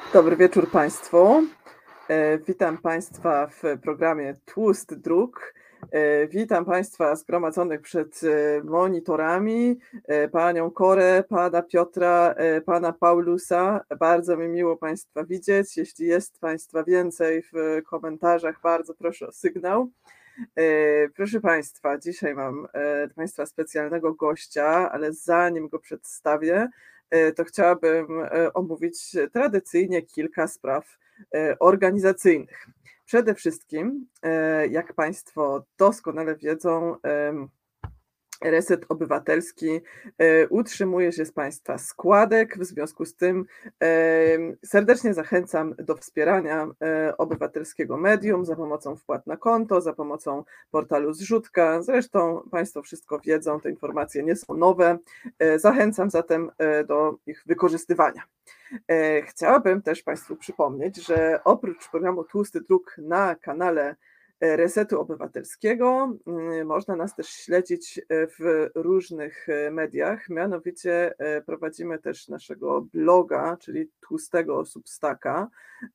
Dobry wieczór Państwu. Witam Państwa w programie Tłusty Druk. Witam Państwa zgromadzonych przed monitorami, panią Korę, pana Piotra, pana Paulusa. Bardzo mi miło Państwa widzieć. Jeśli jest Państwa więcej w komentarzach, bardzo proszę o sygnał. Proszę Państwa, dzisiaj mam dla Państwa specjalnego gościa, ale zanim go przedstawię, to chciałabym omówić tradycyjnie kilka spraw organizacyjnych. Przede wszystkim, jak Państwo doskonale wiedzą, Reset Obywatelski utrzymuje się z Państwa składek, w związku z tym serdecznie zachęcam do wspierania obywatelskiego medium za pomocą wpłat na konto, za pomocą portalu Zrzutka. Zresztą Państwo wszystko wiedzą, te informacje nie są nowe. Zachęcam zatem do ich wykorzystywania. Chciałabym też Państwu przypomnieć, że oprócz programu Tłusty Druk na kanale Resetu Obywatelskiego można nas też śledzić w różnych mediach, mianowicie prowadzimy też naszego bloga, czyli tłustego Substacka,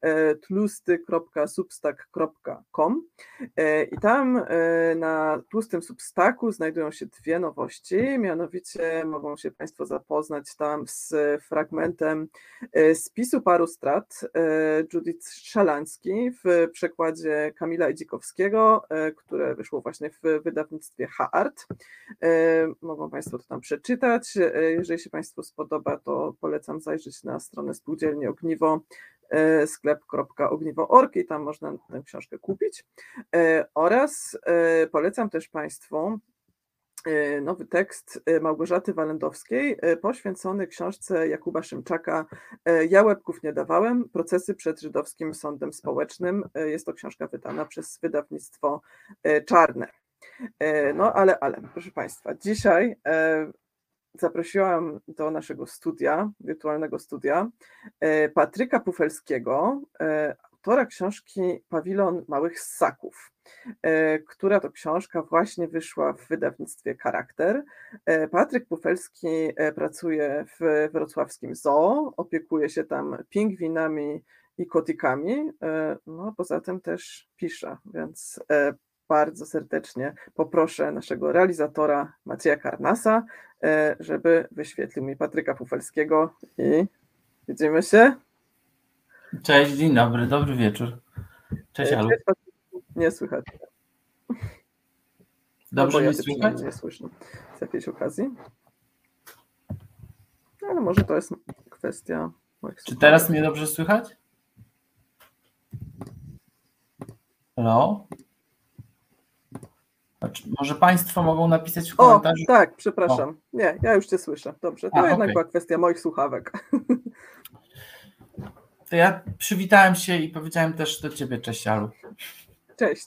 tłusty.substack.com i tam na tłustym Substacku znajdują się dwie nowości, mianowicie mogą się Państwo zapoznać tam z fragmentem spisu paru strat Judith Szalański w przekładzie Kamila Idzikowskiego, które wyszło właśnie w wydawnictwie H-Art. Mogą Państwo to tam przeczytać. Jeżeli się Państwu spodoba, to polecam zajrzeć na stronę Spółdzielni Ogniwo, sklep.ogniwo.org i tam można tę książkę kupić. Oraz polecam też Państwu nowy tekst Małgorzaty Walendowskiej poświęcony książce Jakuba Szymczaka Ja łebków nie dawałem. Procesy przed Żydowskim Sądem Społecznym. Jest to książka wydana przez wydawnictwo Czarne. No ale, proszę Państwa, dzisiaj zaprosiłam do naszego studia, wirtualnego studia, Patryka Pufelskiego, autora książki Pawilon Małych Ssaków, która to książka właśnie wyszła w wydawnictwie Charakter. Patryk Pufelski pracuje w wrocławskim zoo, opiekuje się tam pingwinami i kotykami, no poza tym też pisze, więc bardzo serdecznie poproszę naszego realizatora Macieja Karnasa, żeby wyświetlił mi Patryka Pufelskiego i widzimy się. Cześć, dzień dobry, dobry wieczór. Cześć, Alu. Nie słychać. Dobrze mnie słychać? Nie słyszę z jakiejś okazji. Ale może to jest kwestia moich słuchaczy. Czy teraz mnie dobrze słychać? Hello? Może Państwo mogą napisać w komentarzu? O, tak, przepraszam. Nie, ja już Cię słyszę. Dobrze, to jednak była kwestia moich słuchawek. To ja przywitałem się i powiedziałem też do Ciebie cześć, Alu. Cześć.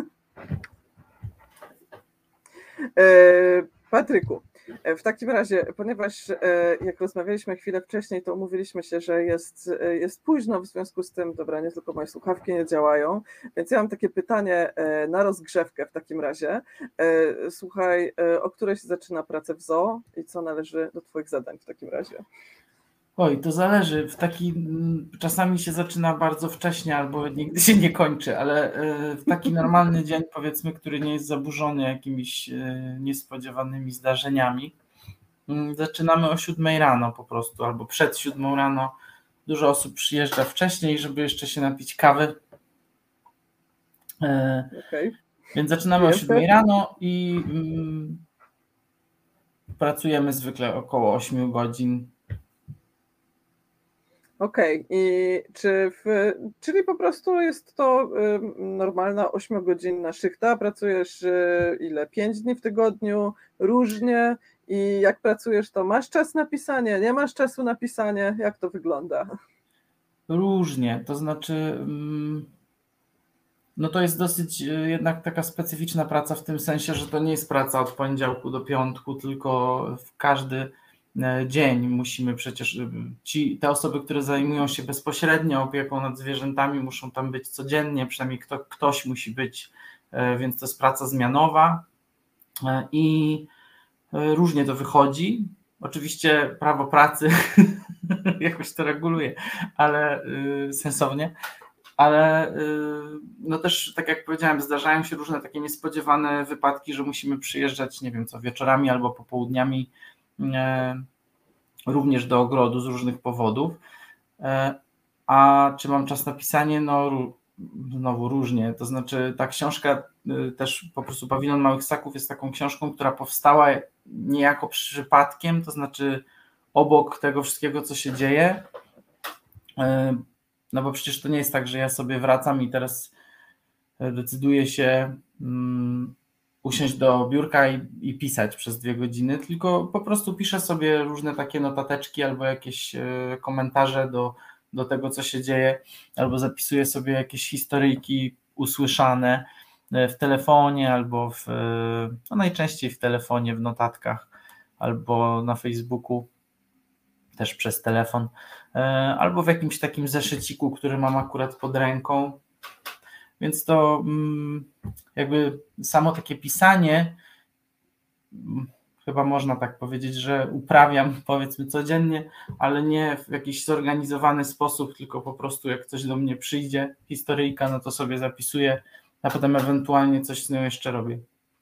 Patryku, w takim razie, ponieważ jak rozmawialiśmy chwilę wcześniej, to umówiliśmy się, że jest późno, w związku z tym, dobra, nie tylko moje słuchawki nie działają, więc ja mam takie pytanie na rozgrzewkę w takim razie. Słuchaj, o której się zaczyna pracę w zoo i co należy do Twoich zadań w takim razie? Oj, to zależy. Czasami się zaczyna bardzo wcześnie albo nigdy się nie kończy, ale w taki normalny dzień, powiedzmy, który nie jest zaburzony jakimiś niespodziewanymi zdarzeniami, zaczynamy o 7 rano po prostu, albo przed 7 rano. Dużo osób przyjeżdża wcześniej, żeby jeszcze się napić kawy. Okay. Więc zaczynamy o 7 rano i pracujemy zwykle około 8 godzin. Okej, czyli po prostu jest to normalna 8-godzinna szychta, pracujesz ile? 5 dni w tygodniu, różnie i jak pracujesz, to masz czas na pisanie, nie masz czasu na pisanie, jak to wygląda? Różnie, to znaczy no to jest dosyć jednak taka specyficzna praca w tym sensie, że to nie jest praca od poniedziałku do piątku, tylko w każdy dzień musimy przecież, te osoby, które zajmują się bezpośrednio opieką nad zwierzętami, muszą tam być codziennie, przynajmniej ktoś musi być, więc to jest praca zmianowa i różnie to wychodzi. Oczywiście prawo pracy jakoś to reguluje, ale sensownie. Ale no też, tak jak powiedziałem, zdarzają się różne takie niespodziewane wypadki, że musimy przyjeżdżać, nie wiem co, wieczorami albo popołudniami również do ogrodu z różnych powodów. A czy mam czas na pisanie? No znowu różnie. To znaczy ta książka też po prostu Pawilon Małych Ssaków jest taką książką, która powstała niejako przypadkiem, to znaczy obok tego wszystkiego, co się dzieje. No bo przecież to nie jest tak, że ja sobie wracam i teraz decyduję się usiąść do biurka i pisać przez 2 godziny, tylko po prostu piszę sobie różne takie notateczki albo jakieś komentarze do tego, co się dzieje, albo zapisuję sobie jakieś historyjki usłyszane w telefonie, albo no najczęściej w telefonie, w notatkach, albo na Facebooku, też przez telefon, albo w jakimś takim zeszyciku, który mam akurat pod ręką. Więc to jakby samo takie pisanie, chyba można tak powiedzieć, że uprawiam powiedzmy codziennie, ale nie w jakiś zorganizowany sposób, tylko po prostu jak coś do mnie przyjdzie, historyjka, no to sobie zapisuję, a potem ewentualnie coś z nią jeszcze robię.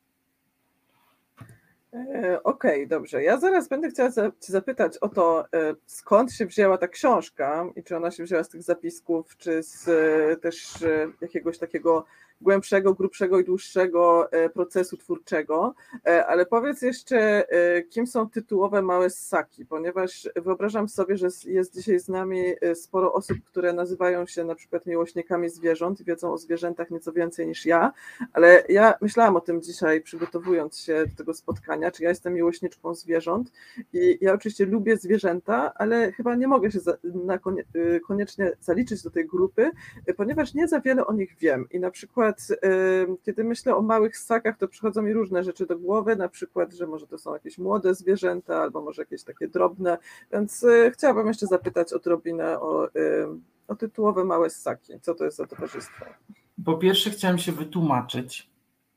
Okej, dobrze. Ja zaraz będę chciała Cię zapytać o to, skąd się wzięła ta książka i czy ona się wzięła z tych zapisków, czy z też jakiegoś takiego głębszego, grubszego i dłuższego procesu twórczego, ale powiedz jeszcze, kim są tytułowe małe ssaki, ponieważ wyobrażam sobie, że jest dzisiaj z nami sporo osób, które nazywają się na przykład miłośnikami zwierząt i wiedzą o zwierzętach nieco więcej niż ja, ale ja myślałam o tym dzisiaj, przygotowując się do tego spotkania, czy ja jestem miłośniczką zwierząt i ja oczywiście lubię zwierzęta, ale chyba nie mogę się koniecznie zaliczyć do tej grupy, ponieważ nie za wiele o nich wiem i na przykład kiedy myślę o małych ssakach, to przychodzą mi różne rzeczy do głowy, na przykład, że może to są jakieś młode zwierzęta, albo może jakieś takie drobne, więc chciałabym jeszcze zapytać odrobinę o tytułowe małe ssaki. Co to jest za towarzystwo? Po pierwsze chciałem się wytłumaczyć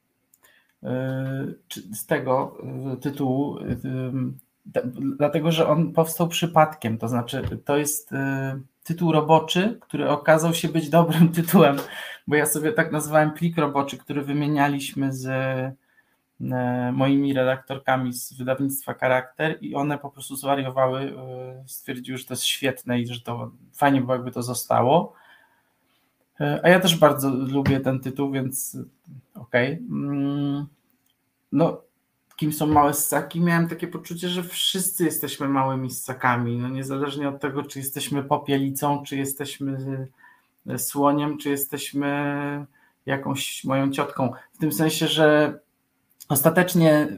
z tego tytułu, dlatego że on powstał przypadkiem, to znaczy to jest tytuł roboczy, który okazał się być dobrym tytułem, bo ja sobie tak nazwałem plik roboczy, który wymienialiśmy z moimi redaktorkami z wydawnictwa Charakter i one po prostu zwariowały, stwierdziły, że to jest świetne i że to fajnie było, jakby to zostało. A ja też bardzo lubię ten tytuł, więc okej. No, kim są małe ssaki? Miałem takie poczucie, że wszyscy jesteśmy małymi ssakami, no niezależnie od tego, czy jesteśmy popielicą, czy jesteśmy słoniem, czy jesteśmy jakąś moją ciotką. W tym sensie, że ostatecznie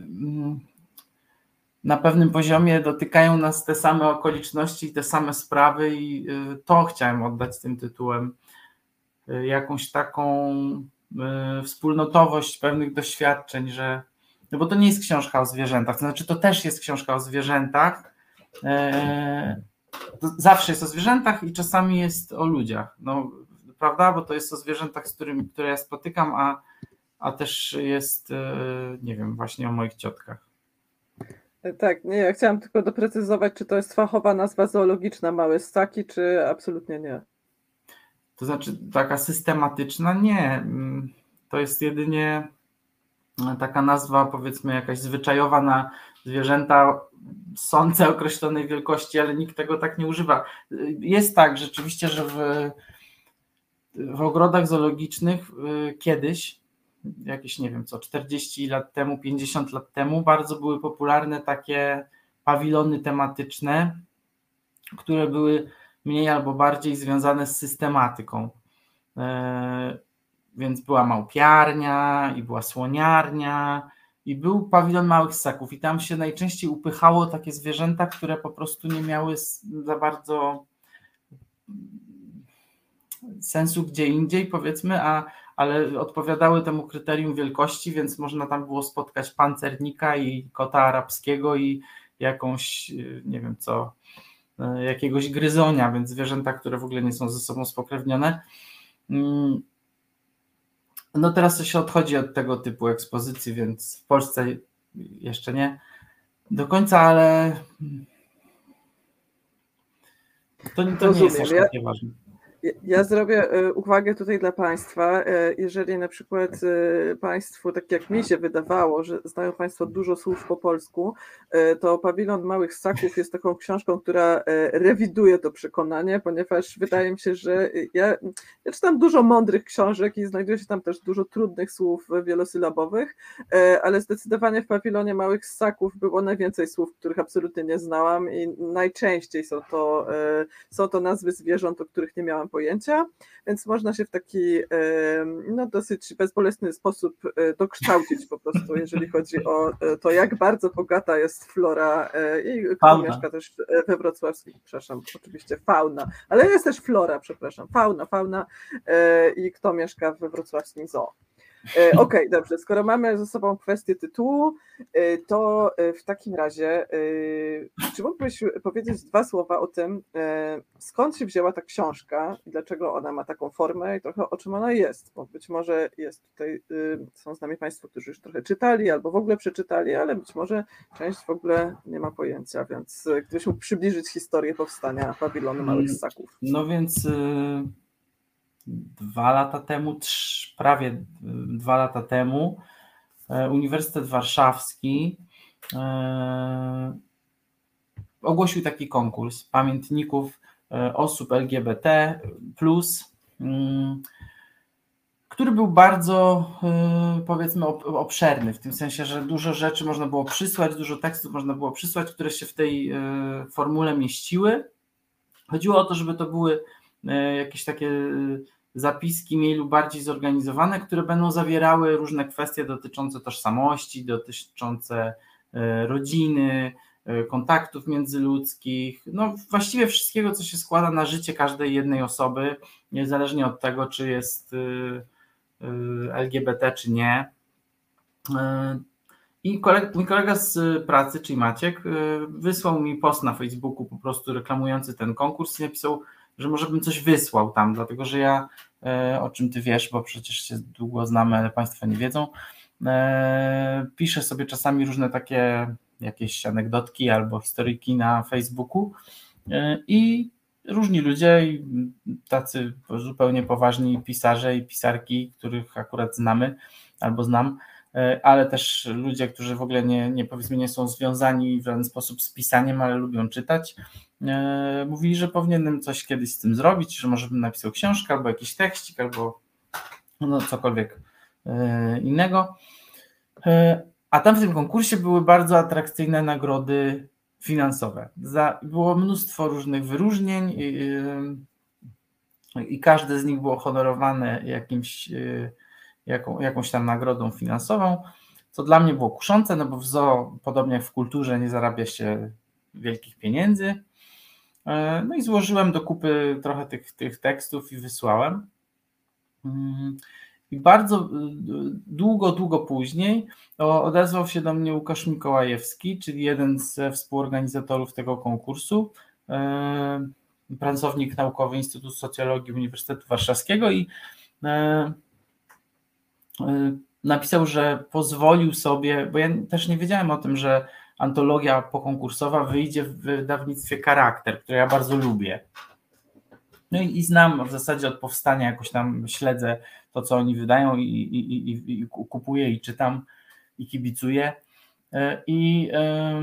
na pewnym poziomie dotykają nas te same okoliczności, te same sprawy i to chciałem oddać tym tytułem. Jakąś taką wspólnotowość pewnych doświadczeń, że no bo to nie jest książka o zwierzętach, to znaczy to też jest książka o zwierzętach, to zawsze jest o zwierzętach i czasami jest o ludziach, no prawda, bo to jest o zwierzętach, które ja spotykam, a też jest, nie wiem, właśnie o moich ciotkach. Tak, nie, ja chciałam tylko doprecyzować, czy to jest fachowa nazwa zoologiczna małe ssaki, czy absolutnie nie. To znaczy taka systematyczna? Nie. To jest jedynie taka nazwa, powiedzmy jakaś zwyczajowa na zwierzęta sące określonej wielkości, ale nikt tego tak nie używa. Jest tak rzeczywiście, że w ogrodach zoologicznych kiedyś, jakieś nie wiem co, 40 lat temu, 50 lat temu bardzo były popularne takie pawilony tematyczne, które były mniej albo bardziej związane z systematyką. Więc była małpiarnia i była słoniarnia i był pawilon małych ssaków i tam się najczęściej upychało takie zwierzęta, które po prostu nie miały za bardzo sensu gdzie indziej, powiedzmy, ale odpowiadały temu kryterium wielkości, więc można tam było spotkać pancernika i kota arabskiego i jakąś, nie wiem co, jakiegoś gryzonia, więc zwierzęta, które w ogóle nie są ze sobą spokrewnione. No teraz to się odchodzi od tego typu ekspozycji, więc w Polsce jeszcze nie do końca, ale To nie jest Rozumiem. aż takie ważne. Ja zrobię uwagę tutaj dla Państwa. Jeżeli na przykład Państwu, tak jak mi się wydawało, że znają Państwo dużo słów po polsku, to Pawilon Małych Ssaków jest taką książką, która rewiduje to przekonanie, ponieważ wydaje mi się, że ja czytam dużo mądrych książek i znajduje się tam też dużo trudnych słów wielosylabowych, ale zdecydowanie w Pawilonie Małych Ssaków było najwięcej słów, których absolutnie nie znałam i najczęściej są to nazwy zwierząt, o których nie miałam pojęcia, więc można się w taki no, dosyć bezbolesny sposób dokształcić po prostu, jeżeli chodzi o to, jak bardzo bogata jest flora i kto mieszka też we wrocławskim, przepraszam, oczywiście fauna, ale jest też flora, przepraszam, fauna i kto mieszka we wrocławskim zoo. Okej, dobrze, skoro mamy ze sobą kwestię tytułu, to w takim razie, czy mógłbyś powiedzieć 2 słowa o tym, skąd się wzięła ta książka i dlaczego ona ma taką formę i trochę o czym ona jest, bo być może jest tutaj, są z nami Państwo, którzy już trochę czytali albo w ogóle przeczytali, ale być może część w ogóle nie ma pojęcia, więc gdybyś mógł przybliżyć historię powstania Pawilonu Małych Ssaków. No więc 2 lata temu, prawie 2 lata temu Uniwersytet Warszawski ogłosił taki konkurs pamiętników osób LGBT+, który był bardzo, powiedzmy, obszerny, w tym sensie, że dużo rzeczy można było przysłać, dużo tekstów można było przysłać, które się w tej formule mieściły. Chodziło o to, żeby to były jakieś takie zapiski mniej lub bardziej zorganizowane, które będą zawierały różne kwestie dotyczące tożsamości, dotyczące rodziny, kontaktów międzyludzkich, no właściwie wszystkiego, co się składa na życie każdej jednej osoby, niezależnie od tego, czy jest LGBT, czy nie. I mój kolega z pracy, czyli Maciek, wysłał mi post na Facebooku po prostu reklamujący ten konkurs i napisał, że może bym coś wysłał tam, dlatego że ja, o czym ty wiesz, bo przecież się długo znamy, ale Państwo nie wiedzą, piszę sobie czasami różne takie jakieś anegdotki albo historyjki na Facebooku i różni ludzie, tacy zupełnie poważni pisarze i pisarki, których akurat znamy albo znam, ale też ludzie, którzy w ogóle powiedzmy nie są związani w żaden sposób z pisaniem, ale lubią czytać, mówili, że powinienem coś kiedyś z tym zrobić, że może bym napisał książkę albo jakiś tekstik, albo no cokolwiek innego. A tam w tym konkursie były bardzo atrakcyjne nagrody finansowe. Było mnóstwo różnych wyróżnień i każde z nich było honorowane jakąś tam nagrodą finansową, co dla mnie było kuszące, no bo w zoo, podobnie jak w kulturze, nie zarabia się wielkich pieniędzy. No i złożyłem do kupy trochę tych tekstów i wysłałem. I bardzo długo później odezwał się do mnie Łukasz Mikołajewski, czyli jeden ze współorganizatorów tego konkursu, pracownik naukowy Instytutu Socjologii Uniwersytetu Warszawskiego i napisał, że pozwolił sobie, bo ja też nie wiedziałem o tym, że antologia pokonkursowa wyjdzie w wydawnictwie Charakter, które ja bardzo lubię. No i znam w zasadzie od powstania, jakoś tam śledzę to, co oni wydają i kupuję i czytam i kibicuję. I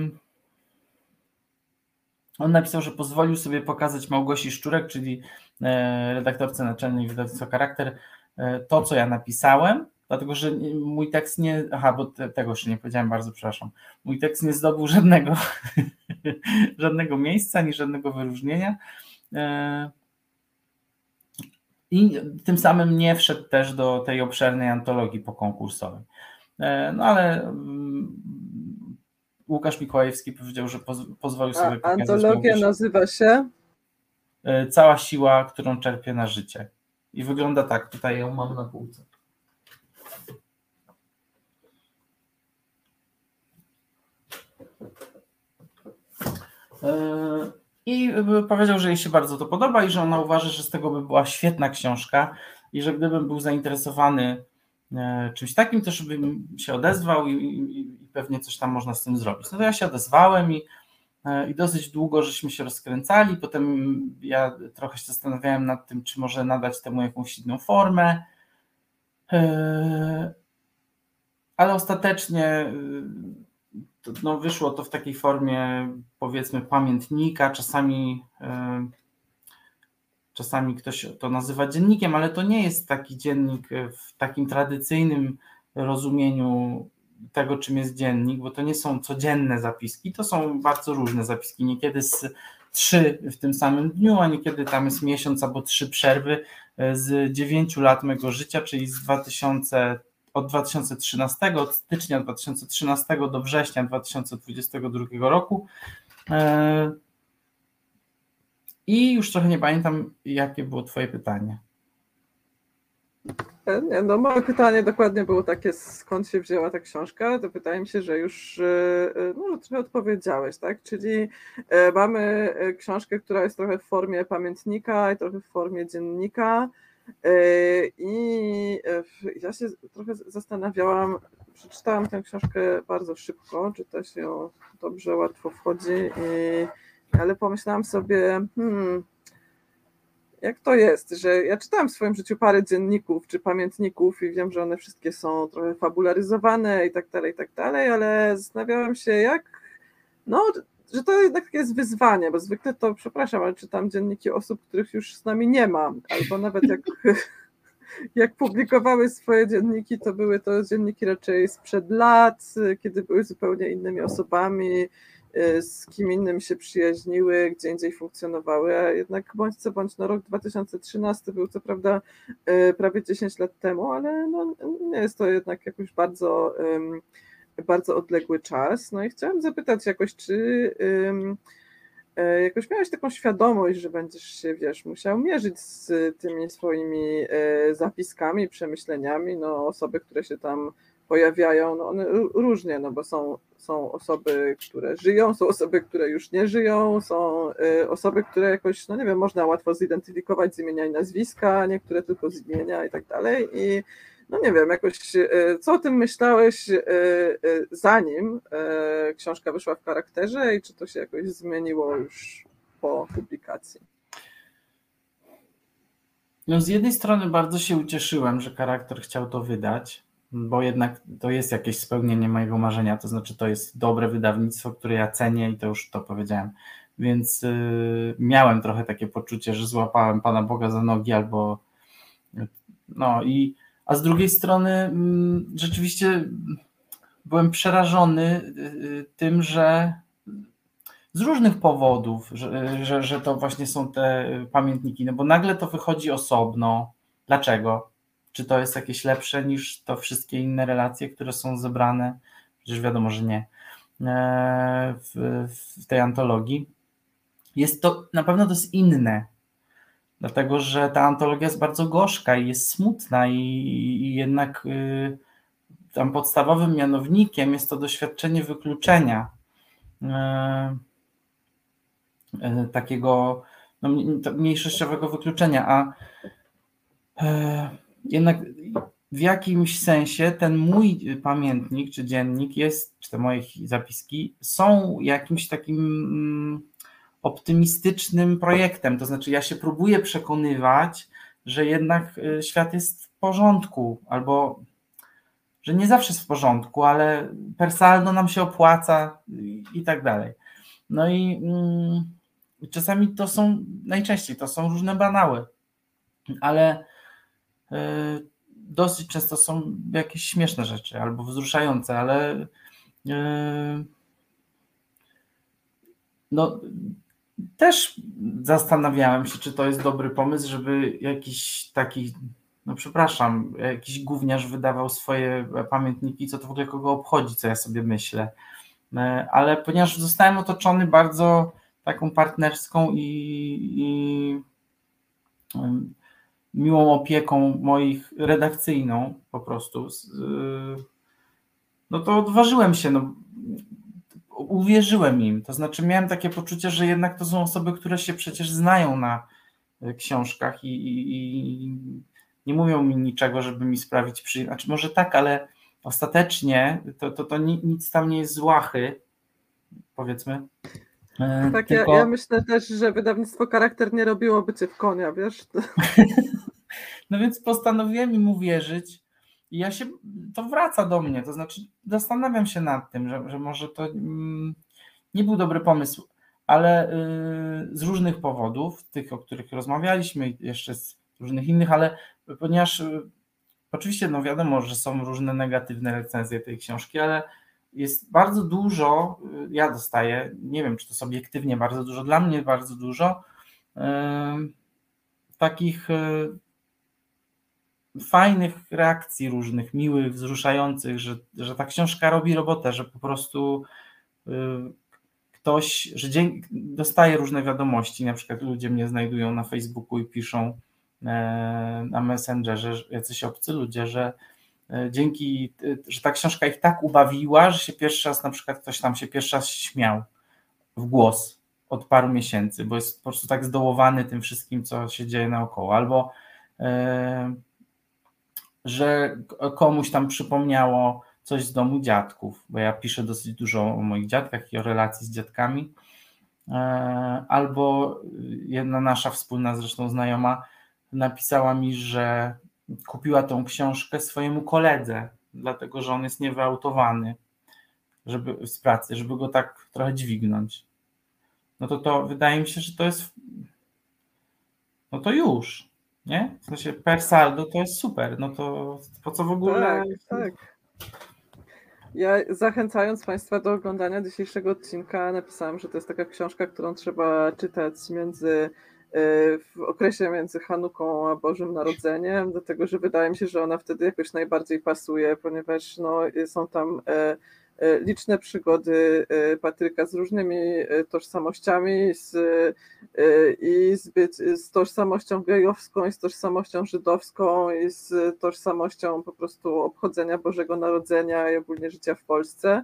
on napisał, że pozwolił sobie pokazać Małgosi Szczurek, czyli redaktorce naczelnej wydawnictwa Charakter, to, co ja napisałem, dlatego że mój tekst nie... bo tego jeszcze nie powiedziałem, bardzo przepraszam. Mój tekst nie zdobył żadnego miejsca, ani żadnego wyróżnienia. I tym samym nie wszedł też do tej obszernej antologii pokonkursowej. No ale Łukasz Mikołajewski powiedział, że pozwolił sobie pokazać. Antologia nazywa się? Cała siła, którą czerpię na życie. I wygląda tak, tutaj ją mam na półce. I powiedział, że jej się bardzo to podoba i że ona uważa, że z tego by była świetna książka i że gdybym był zainteresowany czymś takim, to żebym się odezwał i pewnie coś tam można z tym zrobić. No to ja się odezwałem i i dosyć długo żeśmy się rozkręcali. Potem ja trochę się zastanawiałem nad tym, czy może nadać temu jakąś inną formę, ale ostatecznie wyszło to w takiej formie, powiedzmy, pamiętnika. Czasami ktoś to nazywa dziennikiem, ale to nie jest taki dziennik w takim tradycyjnym rozumieniu tego, czym jest dziennik, bo to nie są codzienne zapiski, to są bardzo różne zapiski, niekiedy z 3 w tym samym dniu, a niekiedy tam jest miesiąc albo 3 przerwy z 9 lat mego życia, czyli od 2013, od stycznia 2013 do września 2022 roku. I już trochę nie pamiętam, jakie było twoje pytanie. Nie, no moje pytanie dokładnie było takie, skąd się wzięła ta książka, to wydaje mi się, że już no, trochę odpowiedziałeś, tak? Czyli mamy książkę, która jest trochę w formie pamiętnika i trochę w formie dziennika i ja się trochę zastanawiałam, przeczytałam tę książkę bardzo szybko, czyta się ją dobrze, łatwo wchodzi, ale pomyślałam sobie, jak to jest, że ja czytałam w swoim życiu parę dzienników czy pamiętników i wiem, że one wszystkie są trochę fabularyzowane i tak dalej, ale zastanawiałam się, że to jednak jest wyzwanie, bo zwykle to, przepraszam, ale czytam dzienniki osób, których już z nami nie ma, albo nawet jak publikowały swoje dzienniki, to były to dzienniki raczej sprzed lat, kiedy były zupełnie innymi osobami, z kim innym się przyjaźniły, gdzie indziej funkcjonowały, a jednak bądź co bądź, rok 2013 był co prawda prawie 10 lat temu, ale nie jest to jednak jakoś bardzo, bardzo odległy czas. No i chciałam zapytać jakoś, czy jakoś miałeś taką świadomość, że będziesz się, musiał mierzyć z tymi swoimi zapiskami, przemyśleniami, osoby, które się tam pojawiają, one różnie, bo są osoby, które żyją, są osoby, które już nie żyją, są osoby, które jakoś, nie wiem, można łatwo zidentyfikować z imienia i nazwiska, niektóre tylko z imienia i tak dalej i nie wiem, jakoś co o tym myślałeś zanim książka wyszła w charakterze i czy to się jakoś zmieniło już po publikacji? No z jednej strony bardzo się ucieszyłem, że charakter chciał to wydać, bo jednak to jest jakieś spełnienie mojego marzenia, to znaczy to jest dobre wydawnictwo, które ja cenię i to już to powiedziałem, więc miałem trochę takie poczucie, że złapałem Pana Boga za nogi albo a z drugiej strony rzeczywiście byłem przerażony tym, że z różnych powodów, że to właśnie są te pamiętniki, bo nagle to wychodzi osobno. Dlaczego? Czy to jest jakieś lepsze niż to wszystkie inne relacje, które są zebrane? Przecież wiadomo, że nie. W tej antologii. Jest to, na pewno to jest inne, dlatego że ta antologia jest bardzo gorzka i jest smutna i jednak tam podstawowym mianownikiem jest to doświadczenie wykluczenia, takiego mniejszościowego wykluczenia, a jednak w jakimś sensie ten mój pamiętnik czy dziennik jest, czy te moje zapiski są jakimś takim optymistycznym projektem, to znaczy ja się próbuję przekonywać, że jednak świat jest w porządku, albo że nie zawsze jest w porządku, ale per saldo nam się opłaca i tak dalej. No i czasami najczęściej to są różne banały, ale dosyć często są jakieś śmieszne rzeczy albo wzruszające, ale też zastanawiałem się, czy to jest dobry pomysł, żeby jakiś taki, jakiś gówniarz wydawał swoje pamiętniki, co to w ogóle kogo obchodzi, co ja sobie myślę. Ale ponieważ zostałem otoczony bardzo taką partnerską i miłą opieką moich redakcyjną po prostu, to odważyłem się, uwierzyłem im, to znaczy miałem takie poczucie, że jednak to są osoby, które się przecież znają na książkach i nie mówią mi niczego, żeby mi sprawić przyjemność. Znaczy może tak, ale ostatecznie to nic tam nie jest z łachy, powiedzmy. Tak, ja Tylko myślę też, że wydawnictwo Charakter nie robiłoby cię w konia, wiesz? no więc postanowiłem mu wierzyć i to wraca do mnie, to znaczy zastanawiam się nad tym, że może to nie był dobry pomysł, ale z różnych powodów, tych, o których rozmawialiśmy i jeszcze z różnych innych, ale ponieważ oczywiście no wiadomo, że są różne negatywne recenzje tej książki, ale jest bardzo dużo, ja dostaję, nie wiem, czy to jest obiektywnie bardzo dużo, dla mnie bardzo dużo takich fajnych reakcji różnych, miłych, wzruszających, że ta książka robi robotę, że po prostu ktoś, że dostaje różne wiadomości, na przykład ludzie mnie znajdują na Facebooku i piszą na Messengerze, jacyś obcy ludzie, że dzięki, że ta książka ich tak ubawiła, że się pierwszy raz, na przykład ktoś tam się pierwszy raz śmiał w głos od paru miesięcy, bo jest po prostu tak zdołowany tym wszystkim, co się dzieje naokoło, albo że komuś tam przypomniało coś z domu dziadków, bo ja piszę dosyć dużo o moich dziadkach i o relacji z dziadkami, albo jedna nasza wspólna zresztą znajoma napisała mi, że kupiła tą książkę swojemu koledze, dlatego że on jest niewyautowany z pracy, żeby go tak trochę dźwignąć. No to wydaje mi się, że to jest, no to już, nie? W sensie per saldo to jest super, no to po co w ogóle... Tak. Ja zachęcając Państwa do oglądania dzisiejszego odcinka napisałam, że to jest taka książka, którą trzeba czytać w okresie między Hanuką a Bożym Narodzeniem, dlatego że wydaje mi się, że ona wtedy jakoś najbardziej pasuje, ponieważ no, są tam liczne przygody Patryka z różnymi tożsamościami z tożsamością gejowską, i z tożsamością żydowską, i z tożsamością po prostu obchodzenia Bożego Narodzenia i ogólnie życia w Polsce.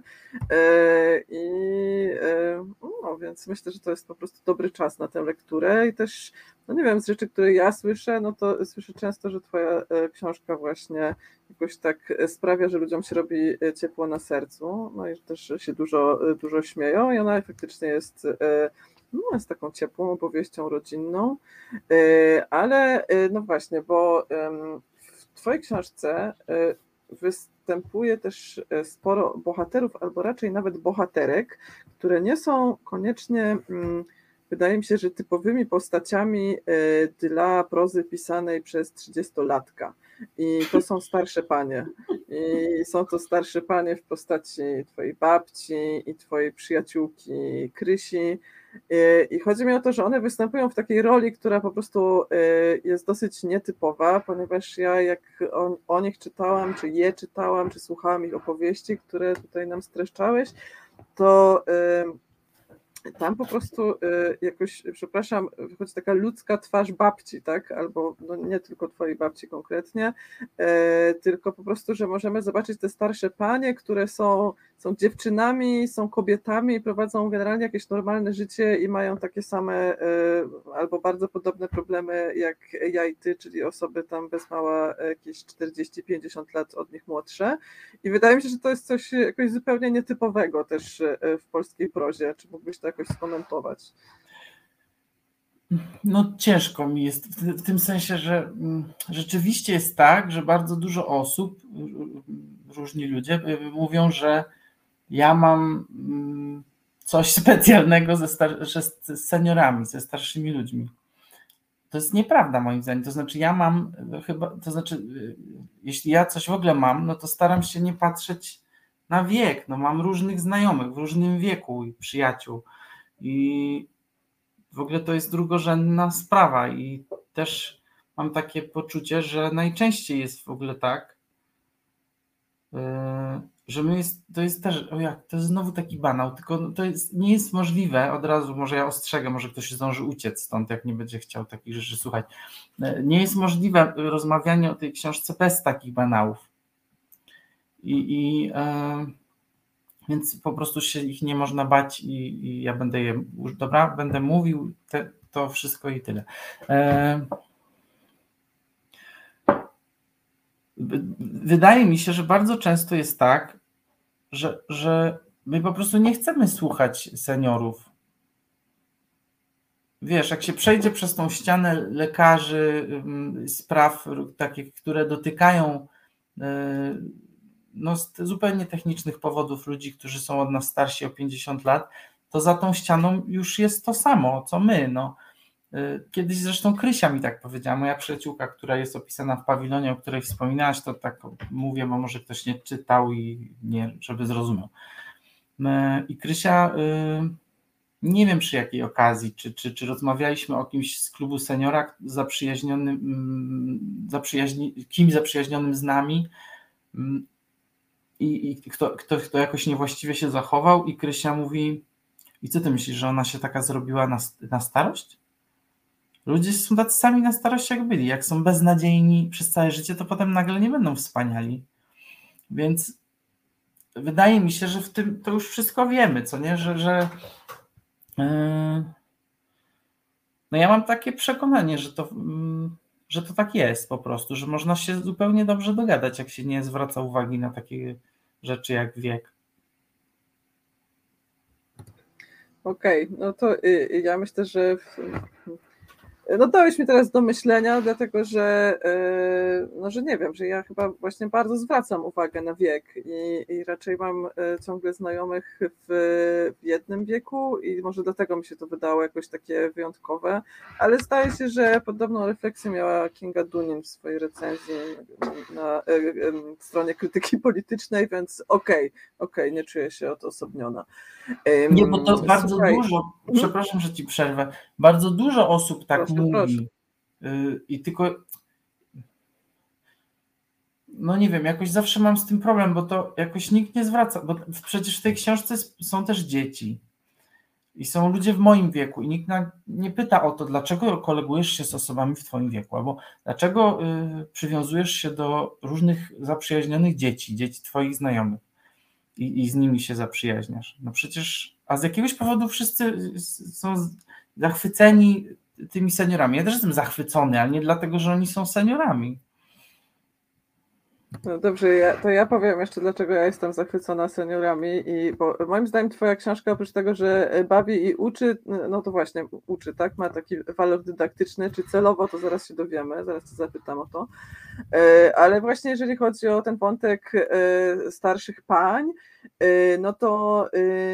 No, więc myślę, że to jest po prostu dobry czas na tę lekturę i też, no nie wiem, z rzeczy, które ja słyszę, no to słyszę często, że twoja książka właśnie jakoś tak sprawia, że ludziom się robi ciepło na sercu, no i też się dużo śmieją i ona faktycznie jest taką ciepłą opowieścią rodzinną, ale no właśnie, bo w twojej książce występuje też sporo bohaterów, albo raczej nawet bohaterek, które nie są koniecznie, wydaje mi się, że typowymi postaciami dla prozy pisanej przez 30-latka. I to są starsze panie. I są to starsze panie w postaci twojej babci i twojej przyjaciółki Krysi. I chodzi mi o to, że one występują w takiej roli, która po prostu jest dosyć nietypowa, ponieważ ja jak o nich czytałam, czy słuchałam ich opowieści, które tutaj nam streszczałeś, to tam po prostu jakoś, przepraszam, wychodzi taka ludzka twarz babci, tak? Albo no nie tylko twojej babci konkretnie, tylko po prostu, że możemy zobaczyć te starsze panie, które są dziewczynami, są kobietami, prowadzą generalnie jakieś normalne życie i mają takie same albo bardzo podobne problemy jak ja i ty, czyli osoby tam bez mała jakieś 40-50 lat od nich młodsze. I wydaje mi się, że to jest coś jakoś zupełnie nietypowego też w polskiej prozie. Czy mógłbyś to jakoś skomentować? No ciężko mi jest w tym sensie, że rzeczywiście jest tak, że bardzo dużo osób, różni ludzie mówią, że ja mam coś specjalnego z seniorami, ze starszymi ludźmi. To jest nieprawda moim zdaniem. To znaczy ja mam chyba, jeśli ja coś w ogóle mam, no to staram się nie patrzeć na wiek. No mam różnych znajomych w różnym wieku i przyjaciół. I w ogóle to jest drugorzędna sprawa i też mam takie poczucie, że najczęściej jest w ogóle tak, że to jest też, to jest znowu taki banał, tylko nie jest możliwe, od razu może ja ostrzegę, może ktoś zdąży uciec stąd, jak nie będzie chciał takich rzeczy słuchać. Nie jest możliwe rozmawianie o tej książce bez takich banałów. Więc po prostu się ich nie można bać i ja będę mówił to wszystko i tyle. Wydaje mi się, że bardzo często jest tak, że my po prostu nie chcemy słuchać seniorów, wiesz, jak się przejdzie przez tą ścianę lekarzy, spraw takich, które dotykają no, z zupełnie technicznych powodów ludzi, którzy są od nas starsi o 50 lat, to za tą ścianą już jest to samo, co my. No. Kiedyś zresztą Krysia mi tak powiedziała, moja przyjaciółka, która jest opisana w pawilonie, o której wspominałaś, to tak mówię, bo może ktoś nie czytał i nie, żeby zrozumiał. I Krysia, nie wiem przy jakiej okazji, czy rozmawialiśmy o kimś z klubu seniora kimś zaprzyjaźnionym z nami i kto jakoś niewłaściwie się zachował i Krysia mówi, i co ty myślisz, że ona się taka zrobiła na starość? Ludzie są tacy sami na starość jak byli. Jak są beznadziejni przez całe życie, to potem nagle nie będą wspaniali. Więc wydaje mi się, że w tym to już wszystko wiemy, co nie? No ja mam takie przekonanie, że to tak jest po prostu, że można się zupełnie dobrze dogadać, jak się nie zwraca uwagi na takie rzeczy jak wiek. Okej, no to ja myślę, że no dałeś mi teraz do myślenia, dlatego że, no, że nie wiem, że ja chyba właśnie bardzo zwracam uwagę na wiek i raczej mam ciągle znajomych w jednym wieku i może dlatego mi się to wydało jakoś takie wyjątkowe, ale zdaje się, że podobną refleksję miała Kinga Dunin w swojej recenzji na stronie krytyki politycznej, więc okej, nie czuję się odosobniona. Nie, bo to bardzo Słuchaj. dużo, przepraszam, że ci przerwę, bardzo dużo osób tak Proszę, mówi proszę. I tylko, no nie wiem, jakoś zawsze mam z tym problem, bo to jakoś nikt nie zwraca, bo przecież w tej książce są też dzieci i są ludzie w moim wieku i nikt nie pyta o to, dlaczego kolegujesz się z osobami w twoim wieku, albo dlaczego przywiązujesz się do różnych zaprzyjaźnionych dzieci twoich znajomych i z nimi się zaprzyjaźniasz. No przecież, a z jakiegoś powodu wszyscy są zachwyceni tymi seniorami. Ja też jestem zachwycony, ale nie dlatego, że oni są seniorami. No dobrze, to ja powiem jeszcze, dlaczego ja jestem zachwycona seniorami, bo moim zdaniem twoja książka oprócz tego, że bawi i uczy, no to właśnie uczy, tak? Ma taki walor dydaktyczny, czy celowo, to zaraz się dowiemy, zaraz cię zapytam o to. Ale właśnie jeżeli chodzi o ten wątek starszych pań, no to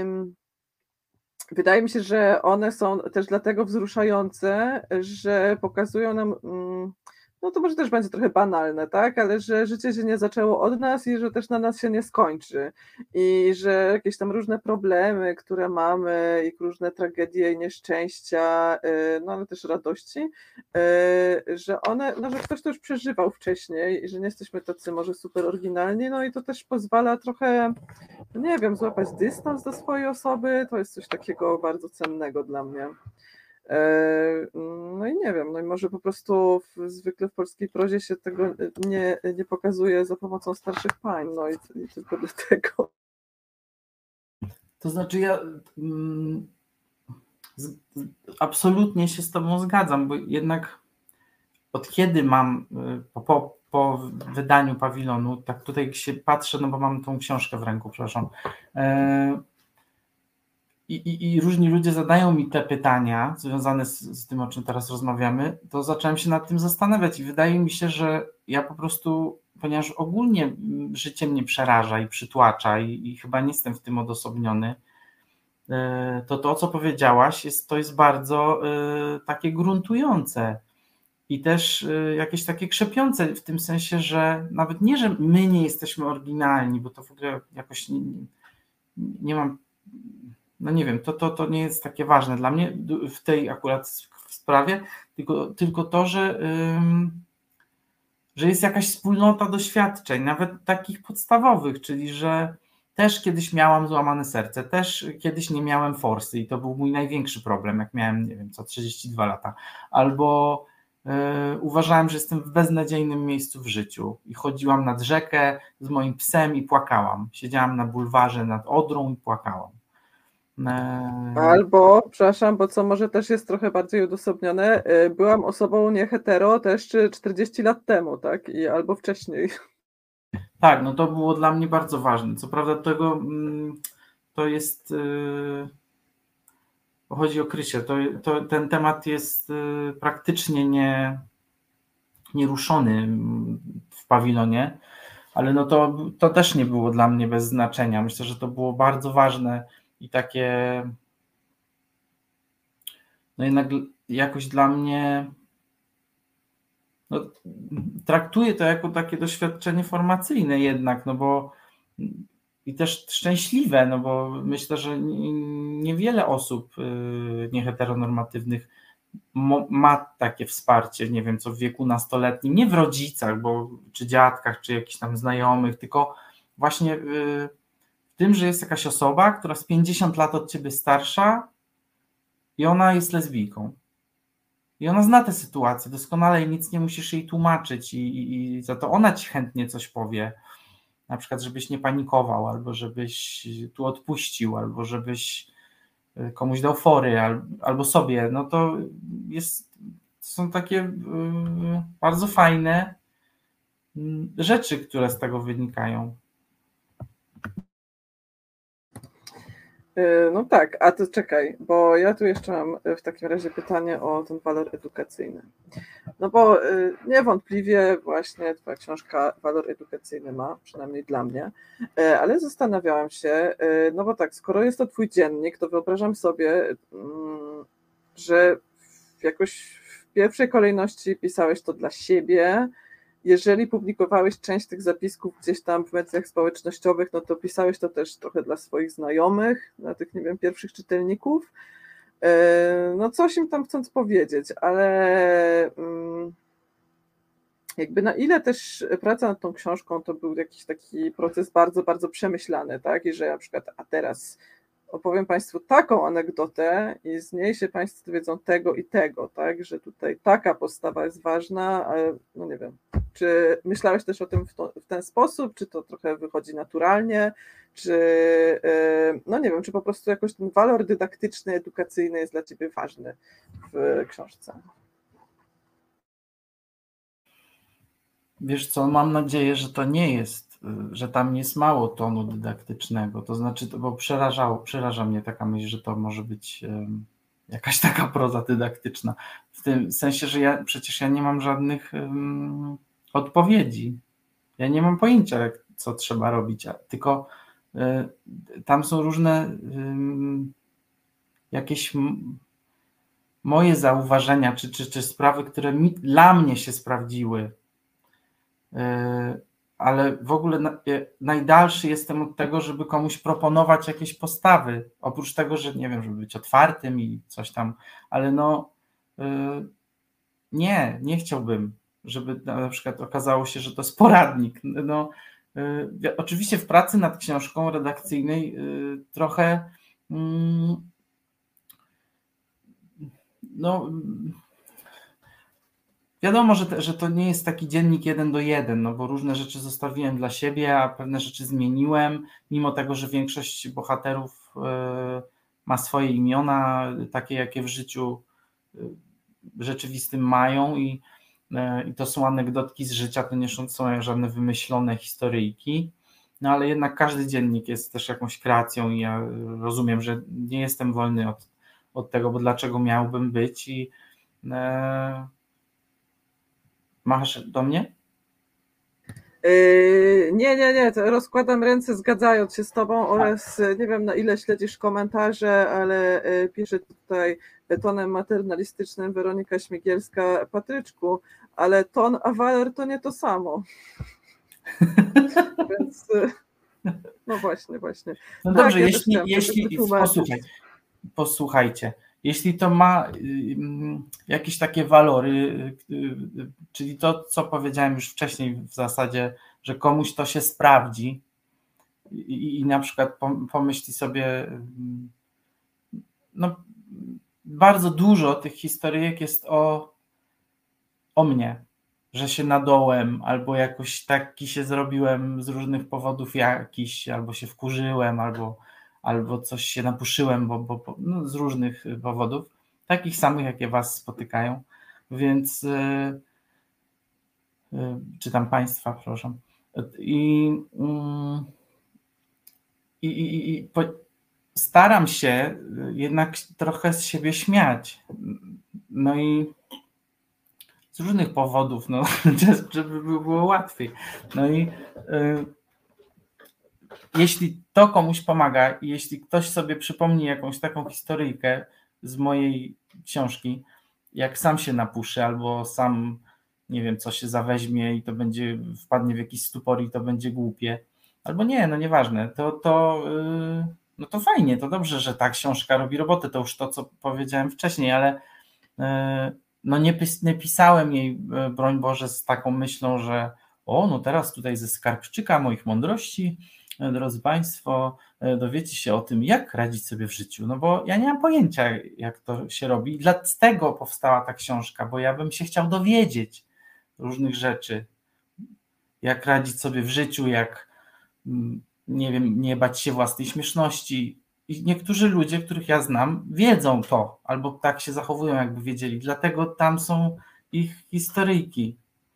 wydaje mi się, że one są też dlatego wzruszające, że pokazują nam, no to może też będzie trochę banalne, tak, ale że życie się nie zaczęło od nas i że też na nas się nie skończy i że jakieś tam różne problemy, które mamy i różne tragedie i nieszczęścia, no ale też radości, że one, no że ktoś to już przeżywał wcześniej i że nie jesteśmy tacy może super oryginalni, no i to też pozwala trochę, nie wiem, złapać dystans do swojej osoby, to jest coś takiego bardzo cennego dla mnie. No i nie wiem, no i może po prostu zwykle w polskiej prozie się tego nie pokazuje za pomocą starszych pań, no i tylko dlatego. To znaczy ja absolutnie się z tobą zgadzam, bo jednak od kiedy mam po wydaniu Pawilonu, tak tutaj się patrzę, no bo mam tą książkę w ręku, przepraszam, i różni ludzie zadają mi te pytania związane z tym, o czym teraz rozmawiamy, to zacząłem się nad tym zastanawiać i wydaje mi się, że ja po prostu, ponieważ ogólnie życie mnie przeraża i przytłacza i chyba nie jestem w tym odosobniony, to co powiedziałaś, to jest bardzo takie gruntujące i też jakieś takie krzepiące w tym sensie, że nawet nie, że my nie jesteśmy oryginalni, bo to w ogóle jakoś nie mam, no nie wiem, to nie jest takie ważne dla mnie w tej akurat sprawie, tylko to, że jest jakaś wspólnota doświadczeń, nawet takich podstawowych, czyli że też kiedyś miałam złamane serce, też kiedyś nie miałem forsy i to był mój największy problem, jak miałem, nie wiem, 32 lata, albo uważałem, że jestem w beznadziejnym miejscu w życiu i chodziłam nad rzekę z moim psem i płakałam. Siedziałam na bulwarze nad Odrą i płakałam. Albo, przepraszam, bo co może też jest trochę bardziej odosobnione, byłam osobą nie hetero też 40 lat temu, tak? Albo wcześniej. Tak, no to było dla mnie bardzo ważne. Co prawda to jest bo chodzi o Krysię, ten temat jest praktycznie nieruszony w pawilonie, ale no to też nie było dla mnie bez znaczenia. Myślę, że to było bardzo ważne i takie no jednak jakoś dla mnie no, traktuję to jako takie doświadczenie formacyjne jednak, no bo i też szczęśliwe, no bo myślę, że niewiele osób nieheteronormatywnych ma takie wsparcie, nie wiem, co w wieku nastoletnim, nie w rodzicach, czy dziadkach, czy jakichś tam znajomych, tylko właśnie w tym, że jest jakaś osoba, która jest 50 lat od ciebie starsza i ona jest lesbijką. I ona zna tę sytuację doskonale i nic nie musisz jej tłumaczyć i za to ona ci chętnie coś powie. Na przykład, żebyś nie panikował, albo żebyś tu odpuścił, albo żebyś komuś dał fory, albo sobie. No to są takie bardzo fajne rzeczy, które z tego wynikają. No tak, a to czekaj, bo ja tu jeszcze mam w takim razie pytanie o ten walor edukacyjny. No bo niewątpliwie właśnie twoja książka walor edukacyjny ma, przynajmniej dla mnie, ale zastanawiałam się, no bo tak, skoro jest to twój dziennik, to wyobrażam sobie, że jakoś w pierwszej kolejności pisałeś to dla siebie. Jeżeli publikowałeś część tych zapisków gdzieś tam w mediach społecznościowych, no to pisałeś to też trochę dla swoich znajomych, dla tych, nie wiem, pierwszych czytelników. No coś im tam chcąc powiedzieć, ale jakby na ile też praca nad tą książką to był jakiś taki proces bardzo, bardzo przemyślany, tak? I że na przykład, a teraz opowiem Państwu taką anegdotę i z niej się Państwo dowiedzą tego i tego, tak? Że tutaj taka postawa jest ważna, ale no nie wiem, czy myślałeś też o tym w ten sposób, czy to trochę wychodzi naturalnie, czy no nie wiem, czy po prostu jakoś ten walor dydaktyczny, edukacyjny jest dla Ciebie ważny w książce? Wiesz co, mam nadzieję, że to nie jest, że tam jest mało tonu dydaktycznego, to znaczy, bo przeraża mnie taka myśl, że to może być jakaś taka proza dydaktyczna, w tym sensie, że przecież ja nie mam żadnych odpowiedzi, ja nie mam pojęcia, co trzeba robić, tylko tam są różne jakieś moje zauważenia, czy sprawy, które dla mnie się sprawdziły, ale w ogóle najdalszy jestem od tego, żeby komuś proponować jakieś postawy, oprócz tego, że nie wiem, żeby być otwartym i coś tam, ale no nie chciałbym, żeby na przykład okazało się, że to jest poradnik. No, oczywiście w pracy nad książką redakcyjnej trochę no wiadomo, że to nie jest taki dziennik 1:1, no bo różne rzeczy zostawiłem dla siebie, a pewne rzeczy zmieniłem, mimo tego, że większość bohaterów ma swoje imiona, takie jakie w życiu rzeczywistym mają i to są anegdotki z życia, to nie są żadne wymyślone historyjki, no ale jednak każdy dziennik jest też jakąś kreacją i ja rozumiem, że nie jestem wolny od tego, bo dlaczego miałbym być i masz do mnie? Nie, to rozkładam ręce zgadzając się z Tobą oraz nie wiem na ile śledzisz komentarze, ale pisze tutaj tonem maternalistycznym Weronika Śmigielska, Patryczku, ale ton a walor to nie to samo. Więc no właśnie. No tak, dobrze, ja jeśli posłuchajcie, jeśli to ma jakieś takie walory, czyli to, co powiedziałem już wcześniej w zasadzie, że komuś to się sprawdzi i na przykład pomyśli sobie, no bardzo dużo tych historyjek jest o mnie, że się nadołem, albo jakoś taki się zrobiłem z różnych powodów jakiś, albo się wkurzyłem, albo coś się napuszyłem, bo no, z różnych powodów, takich samych, jakie was spotykają, więc czy tam państwa, przepraszam. staram się jednak trochę z siebie śmiać. No i z różnych powodów, no, żeby było łatwiej. No i jeśli to komuś pomaga i jeśli ktoś sobie przypomni jakąś taką historyjkę z mojej książki, jak sam się napuszy albo sam, nie wiem, co się zaweźmie i to będzie, wpadnie w jakiś stupor i to będzie głupie, albo nie, no nieważne, no to fajnie, to dobrze, że ta książka robi robotę, to już to, co powiedziałem wcześniej, ale no nie pisałem jej, broń Boże, z taką myślą, że no teraz tutaj ze skarbczyka moich mądrości, drodzy Państwo, dowiecie się o tym, jak radzić sobie w życiu, no bo ja nie mam pojęcia, jak to się robi. Dlatego powstała ta książka, bo ja bym się chciał dowiedzieć różnych rzeczy, jak radzić sobie w życiu, jak, nie wiem, nie bać się własnej śmieszności. I niektórzy ludzie, których ja znam, wiedzą to, albo tak się zachowują, jakby wiedzieli. Dlatego tam są ich historyjki.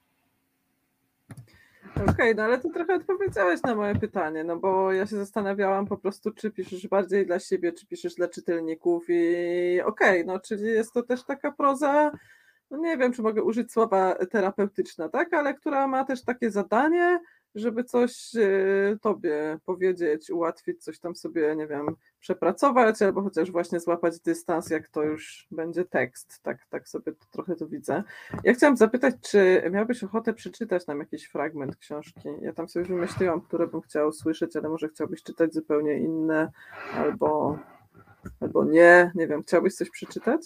Okej, no ale ty trochę odpowiedziałeś na moje pytanie, no bo ja się zastanawiałam po prostu, czy piszesz bardziej dla siebie, czy piszesz dla czytelników i no czyli jest to też taka proza, no nie wiem, czy mogę użyć słowa terapeutyczna, tak, ale która ma też takie zadanie, żeby coś tobie powiedzieć, ułatwić, coś tam sobie, nie wiem, przepracować, albo chociaż właśnie złapać dystans, jak to już będzie tekst, tak sobie trochę to widzę. Ja chciałam zapytać, czy miałbyś ochotę przeczytać nam jakiś fragment książki? Ja tam sobie wymyśliłam, które bym chciała usłyszeć, ale może chciałbyś czytać zupełnie inne, albo nie wiem, chciałbyś coś przeczytać?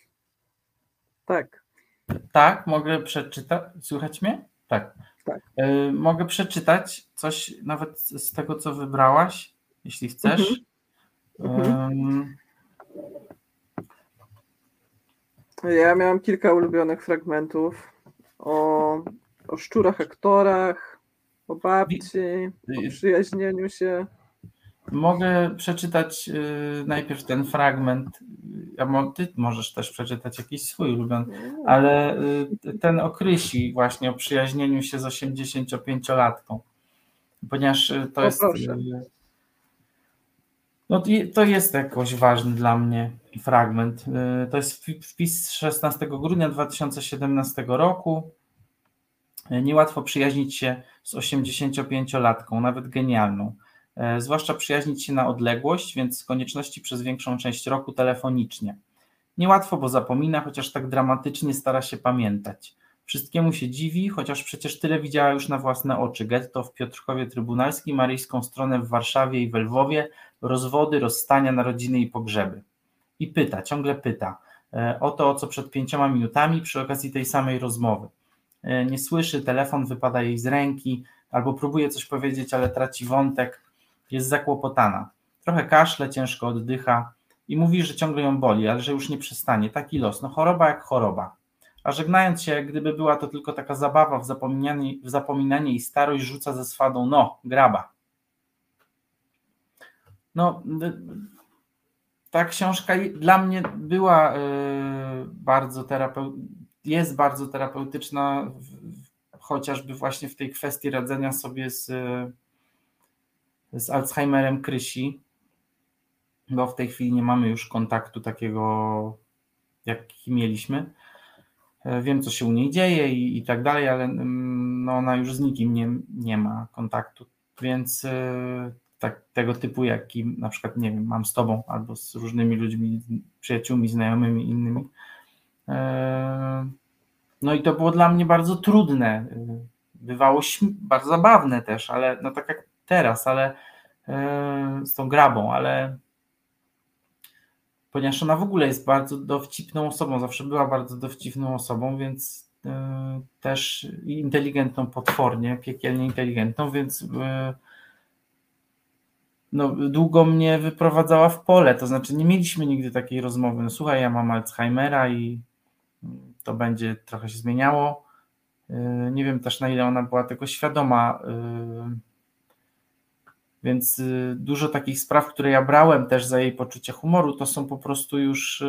Tak. Tak, mogę przeczytać. Słychać mnie? Tak. Tak. Mogę przeczytać coś nawet z tego, co wybrałaś, jeśli chcesz. Ja miałam kilka ulubionych fragmentów o szczurach aktorach, o babci, o przyjaźnieniu się. Mogę przeczytać najpierw ten fragment, ty możesz też przeczytać jakiś swój ulubiony, ale ten o Krysi właśnie, o przyjaźnieniu się z 85-latką, ponieważ to jest... No to jest jakoś ważny dla mnie fragment. To jest wpis z 16 grudnia 2017 roku. Niełatwo przyjaźnić się z 85-latką, nawet genialną. Zwłaszcza przyjaźnić się na odległość, więc z konieczności przez większą część roku telefonicznie. Niełatwo, bo zapomina, chociaż tak dramatycznie stara się pamiętać. Wszystkiemu się dziwi, chociaż przecież tyle widziała już na własne oczy. Getto w Piotrkowie Trybunalskim, maryjską stronę w Warszawie i we Lwowie, rozwody, rozstania, narodziny i pogrzeby. I pyta, ciągle pyta o to, co przed 5 minutami przy okazji tej samej rozmowy. Nie słyszy, telefon wypada jej z ręki, albo próbuje coś powiedzieć, ale traci wątek, jest zakłopotana. Trochę kaszle, ciężko oddycha i mówi, że ciągle ją boli, ale że już nie przestanie. Taki los, no choroba jak choroba. A żegnając się, gdyby była to tylko taka zabawa w zapominanie i starość, rzuca ze swadą, no, graba. No, ta książka dla mnie była jest bardzo terapeutyczna, chociażby właśnie w tej kwestii radzenia sobie z Alzheimerem Krysi, bo w tej chwili nie mamy już kontaktu takiego, jaki mieliśmy. Wiem, co się u niej dzieje i tak dalej, ale no ona już z nikim nie ma kontaktu, więc tak, tego typu, jaki na przykład, nie wiem, mam z tobą albo z różnymi ludźmi, przyjaciółmi, znajomymi, innymi. No i to było dla mnie bardzo trudne. Bywało bardzo zabawne też, ale no tak jak teraz, ale z tą grabą, ale ponieważ ona w ogóle jest bardzo dowcipną osobą, zawsze była bardzo dowcipną osobą, więc też inteligentną potwornie, piekielnie inteligentną, więc no, długo mnie wyprowadzała w pole, to znaczy nie mieliśmy nigdy takiej rozmowy, no słuchaj, ja mam Alzheimera i to będzie trochę się zmieniało. Nie wiem też, na ile ona była tego świadoma, więc dużo takich spraw, które ja brałem też za jej poczucie humoru, to są po prostu już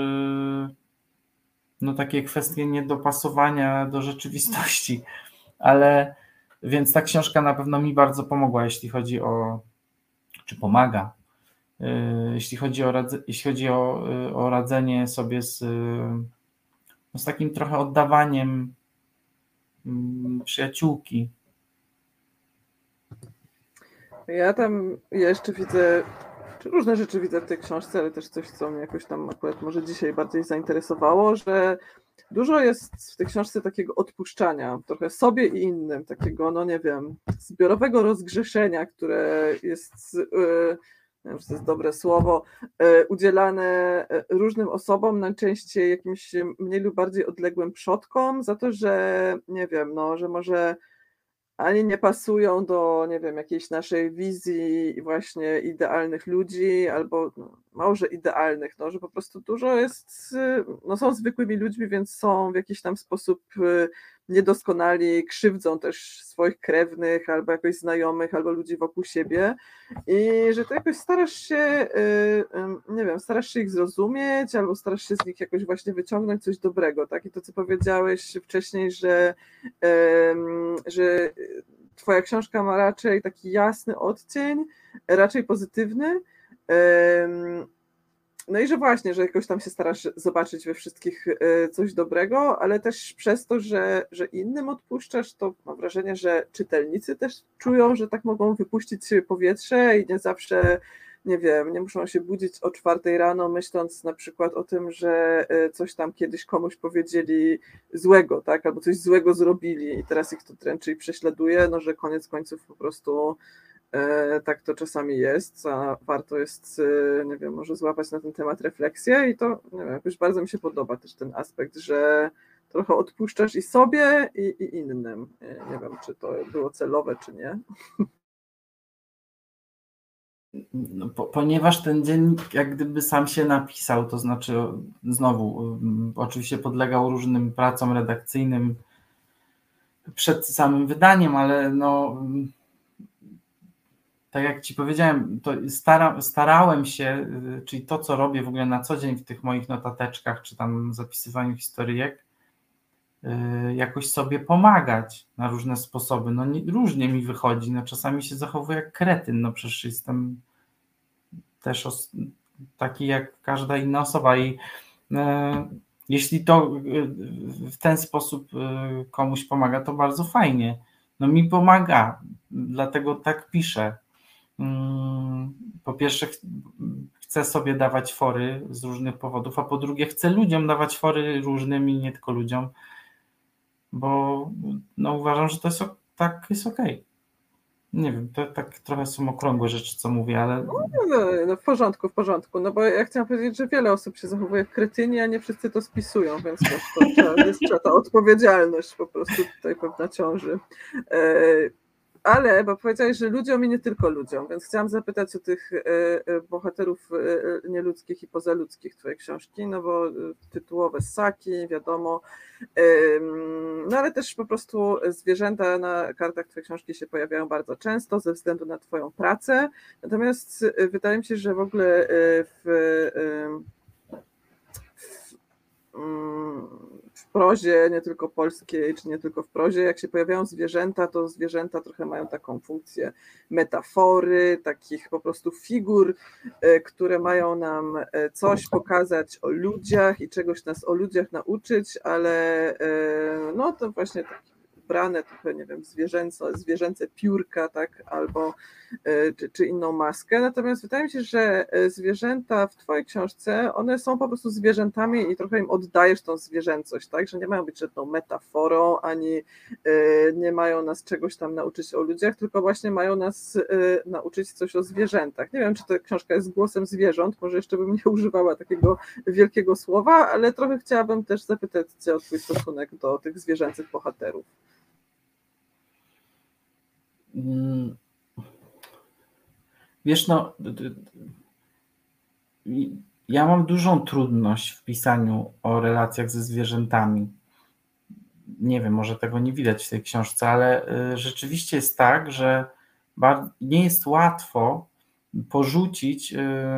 no takie kwestie niedopasowania do rzeczywistości, ale więc ta książka na pewno mi bardzo pomogła, jeśli chodzi o, czy pomaga, jeśli chodzi o radzenie sobie z takim trochę oddawaniem przyjaciółki. Ja tam jeszcze widzę, czy różne rzeczy widzę w tej książce, ale też coś, co mnie jakoś tam akurat może dzisiaj bardziej zainteresowało, że dużo jest w tej książce takiego odpuszczania, trochę sobie i innym, takiego, no nie wiem, zbiorowego rozgrzeszenia, które jest, nie wiem, czy to jest dobre słowo, udzielane różnym osobom, najczęściej jakimś mniej lub bardziej odległym przodkom, za to, że nie wiem, no, że może ani nie pasują do, nie wiem, jakiejś naszej wizji właśnie idealnych ludzi, albo no, może idealnych, no, że po prostu dużo jest, no są zwykłymi ludźmi, więc są w jakiś tam sposób niedoskonali, krzywdzą też swoich krewnych, albo jakoś znajomych, albo ludzi wokół siebie i że to jakoś starasz się, nie wiem, starasz się ich zrozumieć, albo starasz się z nich jakoś właśnie wyciągnąć coś dobrego, tak? I to, co powiedziałeś wcześniej, że twoja książka ma raczej taki jasny odcień, raczej pozytywny. No i że właśnie, że jakoś tam się starasz zobaczyć we wszystkich coś dobrego, ale też przez to, że innym odpuszczasz, to mam wrażenie, że czytelnicy też czują, że tak mogą wypuścić sobie powietrze i nie zawsze, nie wiem, nie muszą się budzić o 4 rano, myśląc na przykład o tym, że coś tam kiedyś komuś powiedzieli złego, tak, albo coś złego zrobili i teraz ich to dręczy i prześladuje, no że koniec końców po prostu tak to czasami jest, a warto jest, nie wiem, może złapać na ten temat refleksję i to, nie wiem, jakoś bardzo mi się podoba też ten aspekt, że trochę odpuszczasz i sobie, i innym. Nie wiem, czy to było celowe, czy nie. No, ponieważ ten dziennik jak gdyby sam się napisał, to znaczy znowu oczywiście podlegał różnym pracom redakcyjnym przed samym wydaniem, ale no tak jak Ci powiedziałem, to starałem się, czyli to, co robię w ogóle na co dzień w tych moich notateczkach, czy tam zapisywaniu historyjek, jakoś sobie pomagać na różne sposoby. No różnie mi wychodzi, no czasami się zachowuję jak kretyn, no przecież jestem też taki jak każda inna osoba i jeśli to w ten sposób komuś pomaga, to bardzo fajnie. No mi pomaga, dlatego tak piszę. Po pierwsze chcę sobie dawać fory z różnych powodów, a po drugie chcę ludziom dawać fory różnymi, nie tylko ludziom, bo no uważam, że to jest tak jest okej. Nie wiem, to tak trochę są okrągłe rzeczy, co mówię, ale... No, w porządku, no bo ja chciałam powiedzieć, że wiele osób się zachowuje jak kretyni, a nie wszyscy to spisują, więc to jest ta odpowiedzialność po prostu tutaj pewna ciąży. Ale, bo powiedziałeś, że ludziom i nie tylko ludziom, więc chciałam zapytać o tych bohaterów nieludzkich i pozaludzkich twojej książki, no bo tytułowe ssaki, wiadomo, no ale też po prostu zwierzęta na kartach twojej książki się pojawiają bardzo często ze względu na twoją pracę, natomiast wydaje mi się, że w ogóle w prozie, nie tylko polskiej, czy nie tylko w prozie, jak się pojawiają zwierzęta, to zwierzęta trochę mają taką funkcję metafory, takich po prostu figur, które mają nam coś pokazać o ludziach i czegoś nas o ludziach nauczyć, ale no to właśnie takie brane trochę, nie wiem, zwierzęce piórka, tak, albo czy inną maskę. Natomiast wydaje mi się, że zwierzęta w twojej książce, one są po prostu zwierzętami i trochę im oddajesz tą zwierzęcość, tak, że nie mają być żadną metaforą, ani nie mają nas czegoś tam nauczyć o ludziach, tylko właśnie mają nas nauczyć coś o zwierzętach. Nie wiem, czy ta książka jest głosem zwierząt, może jeszcze bym nie używała takiego wielkiego słowa, ale trochę chciałabym też zapytać cię o twój stosunek do tych zwierzęcych bohaterów. Wiesz, no, ja mam dużą trudność w pisaniu o relacjach ze zwierzętami. Nie wiem, może tego nie widać w tej książce, ale rzeczywiście jest tak, że nie jest łatwo porzucić,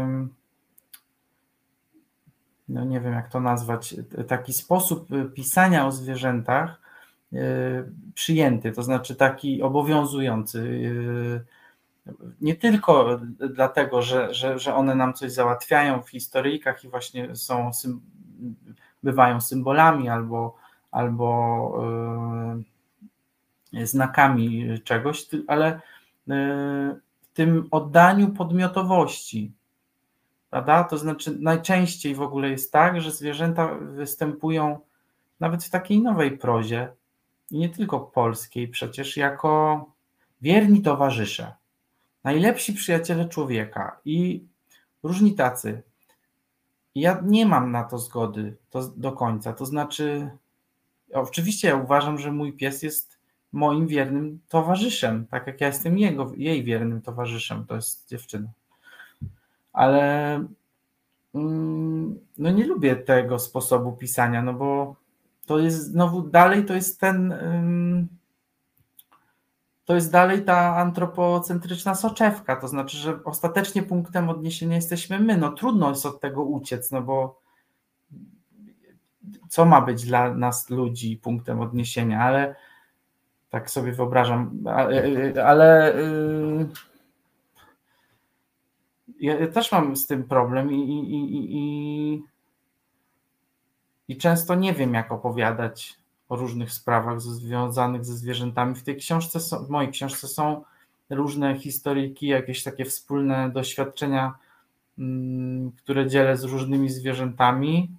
no nie wiem jak to nazwać, taki sposób pisania o zwierzętach przyjęty, to znaczy taki obowiązujący. nie tylko dlatego, że one nam coś załatwiają w historyjkach i właśnie bywają symbolami albo znakami czegoś, ale w tym oddaniu podmiotowości, prawda? To znaczy najczęściej w ogóle jest tak, że zwierzęta występują nawet w takiej nowej prozie, i nie tylko polskiej przecież, jako wierni towarzysze, najlepsi przyjaciele człowieka i różni tacy. Ja nie mam na to zgody do końca, to znaczy oczywiście ja uważam, że mój pies jest moim wiernym towarzyszem, tak jak ja jestem jej wiernym towarzyszem, to jest dziewczyna. Ale no nie lubię tego sposobu pisania, no bo to jest znowu dalej, to jest dalej ta antropocentryczna soczewka, to znaczy, że ostatecznie punktem odniesienia jesteśmy my. No trudno jest od tego uciec, no bo co ma być dla nas ludzi punktem odniesienia, ale tak sobie wyobrażam, ale ja też mam z tym problem i często nie wiem, jak opowiadać o różnych sprawach związanych ze zwierzętami. W mojej książce są różne historyjki, jakieś takie wspólne doświadczenia, które dzielę z różnymi zwierzętami.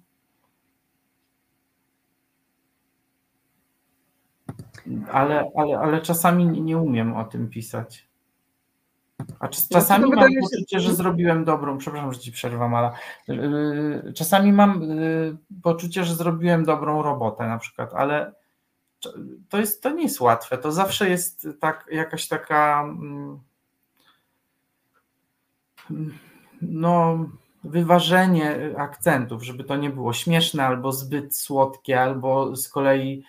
Ale czasami nie umiem o tym pisać. A czasami mam poczucie, że zrobiłem dobrą, przepraszam, że ci przerwam, ale czasami mam poczucie, że zrobiłem dobrą robotę na przykład, ale to nie jest łatwe. To zawsze jest jakaś taka no, wyważenie akcentów, żeby to nie było śmieszne albo zbyt słodkie, albo z kolei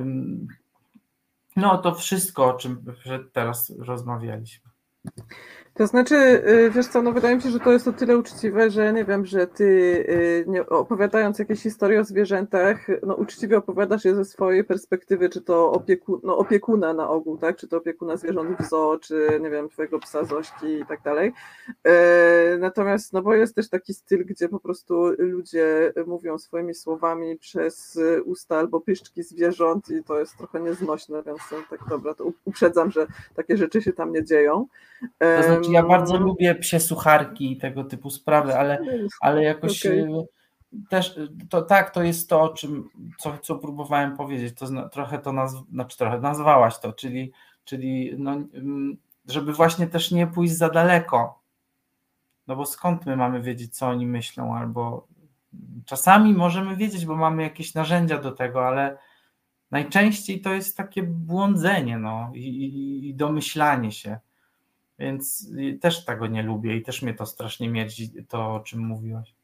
no to wszystko, o czym teraz rozmawialiśmy. To znaczy, wiesz co, no wydaje mi się, że to jest o tyle uczciwe, że nie wiem, że ty opowiadając jakieś historie o zwierzętach, no uczciwie opowiadasz je ze swojej perspektywy, czy to opiekuna na ogół, tak? Czy to opiekuna zwierząt w zoo, czy nie wiem, twojego psa Zośki i tak dalej. Natomiast, no bo jest też taki styl, gdzie po prostu ludzie mówią swoimi słowami przez usta albo pyszczki zwierząt i to jest trochę nieznośne, więc tak dobra, to uprzedzam, że takie rzeczy się tam nie dzieją. To znaczy ja bardzo lubię psie sucharki i tego typu sprawy, ale jakoś też to jest to, o czym co próbowałem powiedzieć, to trochę nazwałaś to, czyli no, żeby właśnie też nie pójść za daleko, no bo skąd my mamy wiedzieć, co oni myślą, albo czasami możemy wiedzieć, bo mamy jakieś narzędzia do tego, ale najczęściej to jest takie błądzenie, no i domyślanie się. Więc też tego nie lubię i też mnie to strasznie mierzi, to o czym mówiłaś.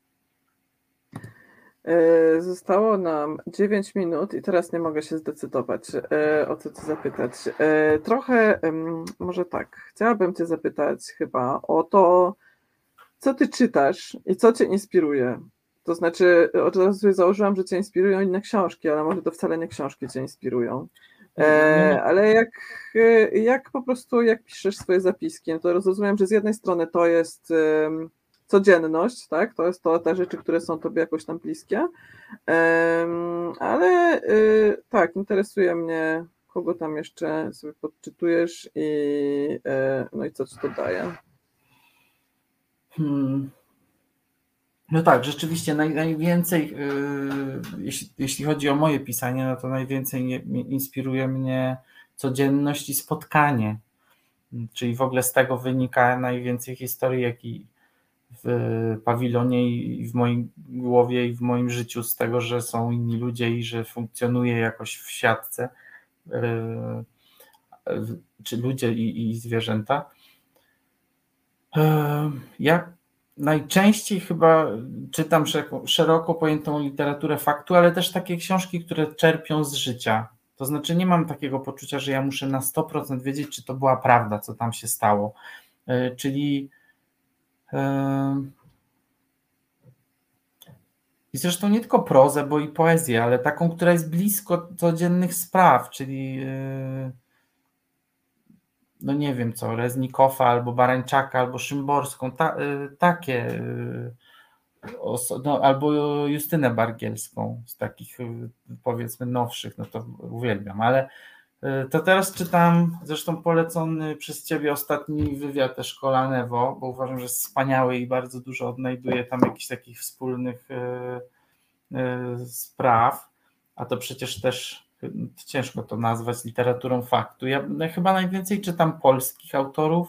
Zostało nam 9 minut i teraz nie mogę się zdecydować, o co cię zapytać. Trochę, może tak, chciałabym cię zapytać chyba o to, co ty czytasz i co cię inspiruje. To znaczy, od razu sobie założyłam, że cię inspirują inne książki, ale może to wcale nie książki cię inspirują. Ale jak po prostu, jak piszesz swoje zapiski, no to rozumiem, że z jednej strony to jest codzienność, tak? To jest te rzeczy, które są tobie jakoś tam bliskie, ale tak, interesuje mnie, kogo tam jeszcze sobie podczytujesz no i co ci to daje. No tak, rzeczywiście najwięcej, jeśli chodzi o moje pisanie, no to najwięcej inspiruje mnie codzienność i spotkanie, czyli w ogóle z tego wynika najwięcej historii, jak i w pawilonie i w mojej głowie i w moim życiu, z tego, że są inni ludzie i że funkcjonuje jakoś w siatce, czy ludzie i zwierzęta. Ja najczęściej chyba czytam szeroko pojętą literaturę faktu, ale też takie książki, które czerpią z życia. To znaczy nie mam takiego poczucia, że ja muszę na 100% wiedzieć, czy to była prawda, co tam się stało. Czyli i zresztą nie tylko prozę, bo i poezję, ale taką, która jest blisko codziennych spraw, czyli no nie wiem co, Reznikowa albo Barańczaka, albo Szymborską, takie, no, albo Justynę Bargielską z takich powiedzmy nowszych, no to uwielbiam, ale to teraz czytam zresztą polecony przez Ciebie ostatni wywiad Szkoła Nevo, bo uważam, że jest wspaniały i bardzo dużo odnajduję tam jakichś takich wspólnych spraw, a to przecież też ciężko to nazwać literaturą faktu. Ja chyba najwięcej czytam polskich autorów,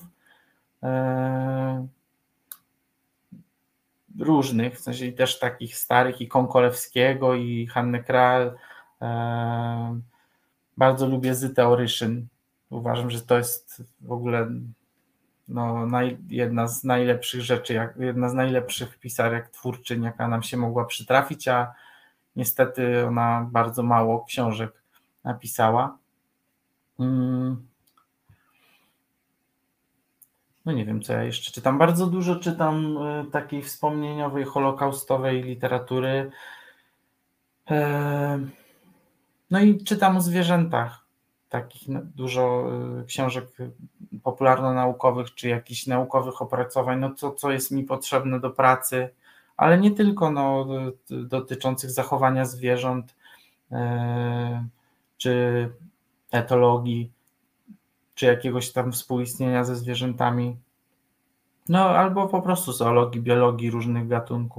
różnych, w sensie też takich starych, i Konkolewskiego, i Hannę Kral. Bardzo lubię Zytę Oryszyn. Uważam, że to jest w ogóle no, jedna z najlepszych rzeczy, jedna z najlepszych pisarek, twórczyń, jaka nam się mogła przytrafić, a niestety ona bardzo mało książek napisała. No nie wiem, co ja jeszcze czytam. Bardzo dużo czytam takiej wspomnieniowej, holokaustowej literatury. No i czytam o zwierzętach. Takich dużo książek popularno-naukowych, czy jakichś naukowych opracowań, no co jest mi potrzebne do pracy, ale nie tylko, no, dotyczących zachowania zwierząt, czy etologii, czy jakiegoś tam współistnienia ze zwierzętami, no albo po prostu zoologii, biologii różnych gatunków.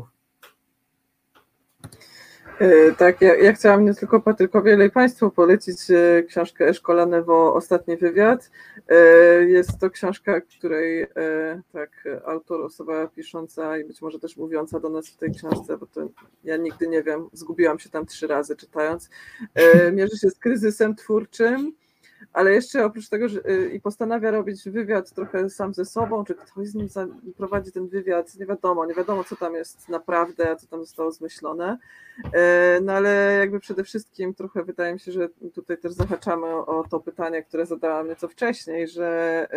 Tak, ja chciałam nie tylko Patrykowi, ale i Państwu polecić książkę Szkoła Nevo Ostatni wywiad. Jest to książka, której tak autor, osoba pisząca i być może też mówiąca do nas w tej książce, bo to ja nigdy nie wiem, zgubiłam się tam 3 razy czytając, mierzy się z kryzysem twórczym, ale jeszcze oprócz tego, że i postanawia robić wywiad trochę sam ze sobą, czy ktoś z nim prowadzi ten wywiad, nie wiadomo co tam jest naprawdę, co tam zostało zmyślone, no ale jakby przede wszystkim trochę wydaje mi się, że tutaj też zahaczamy o to pytanie, które zadałam nieco wcześniej, że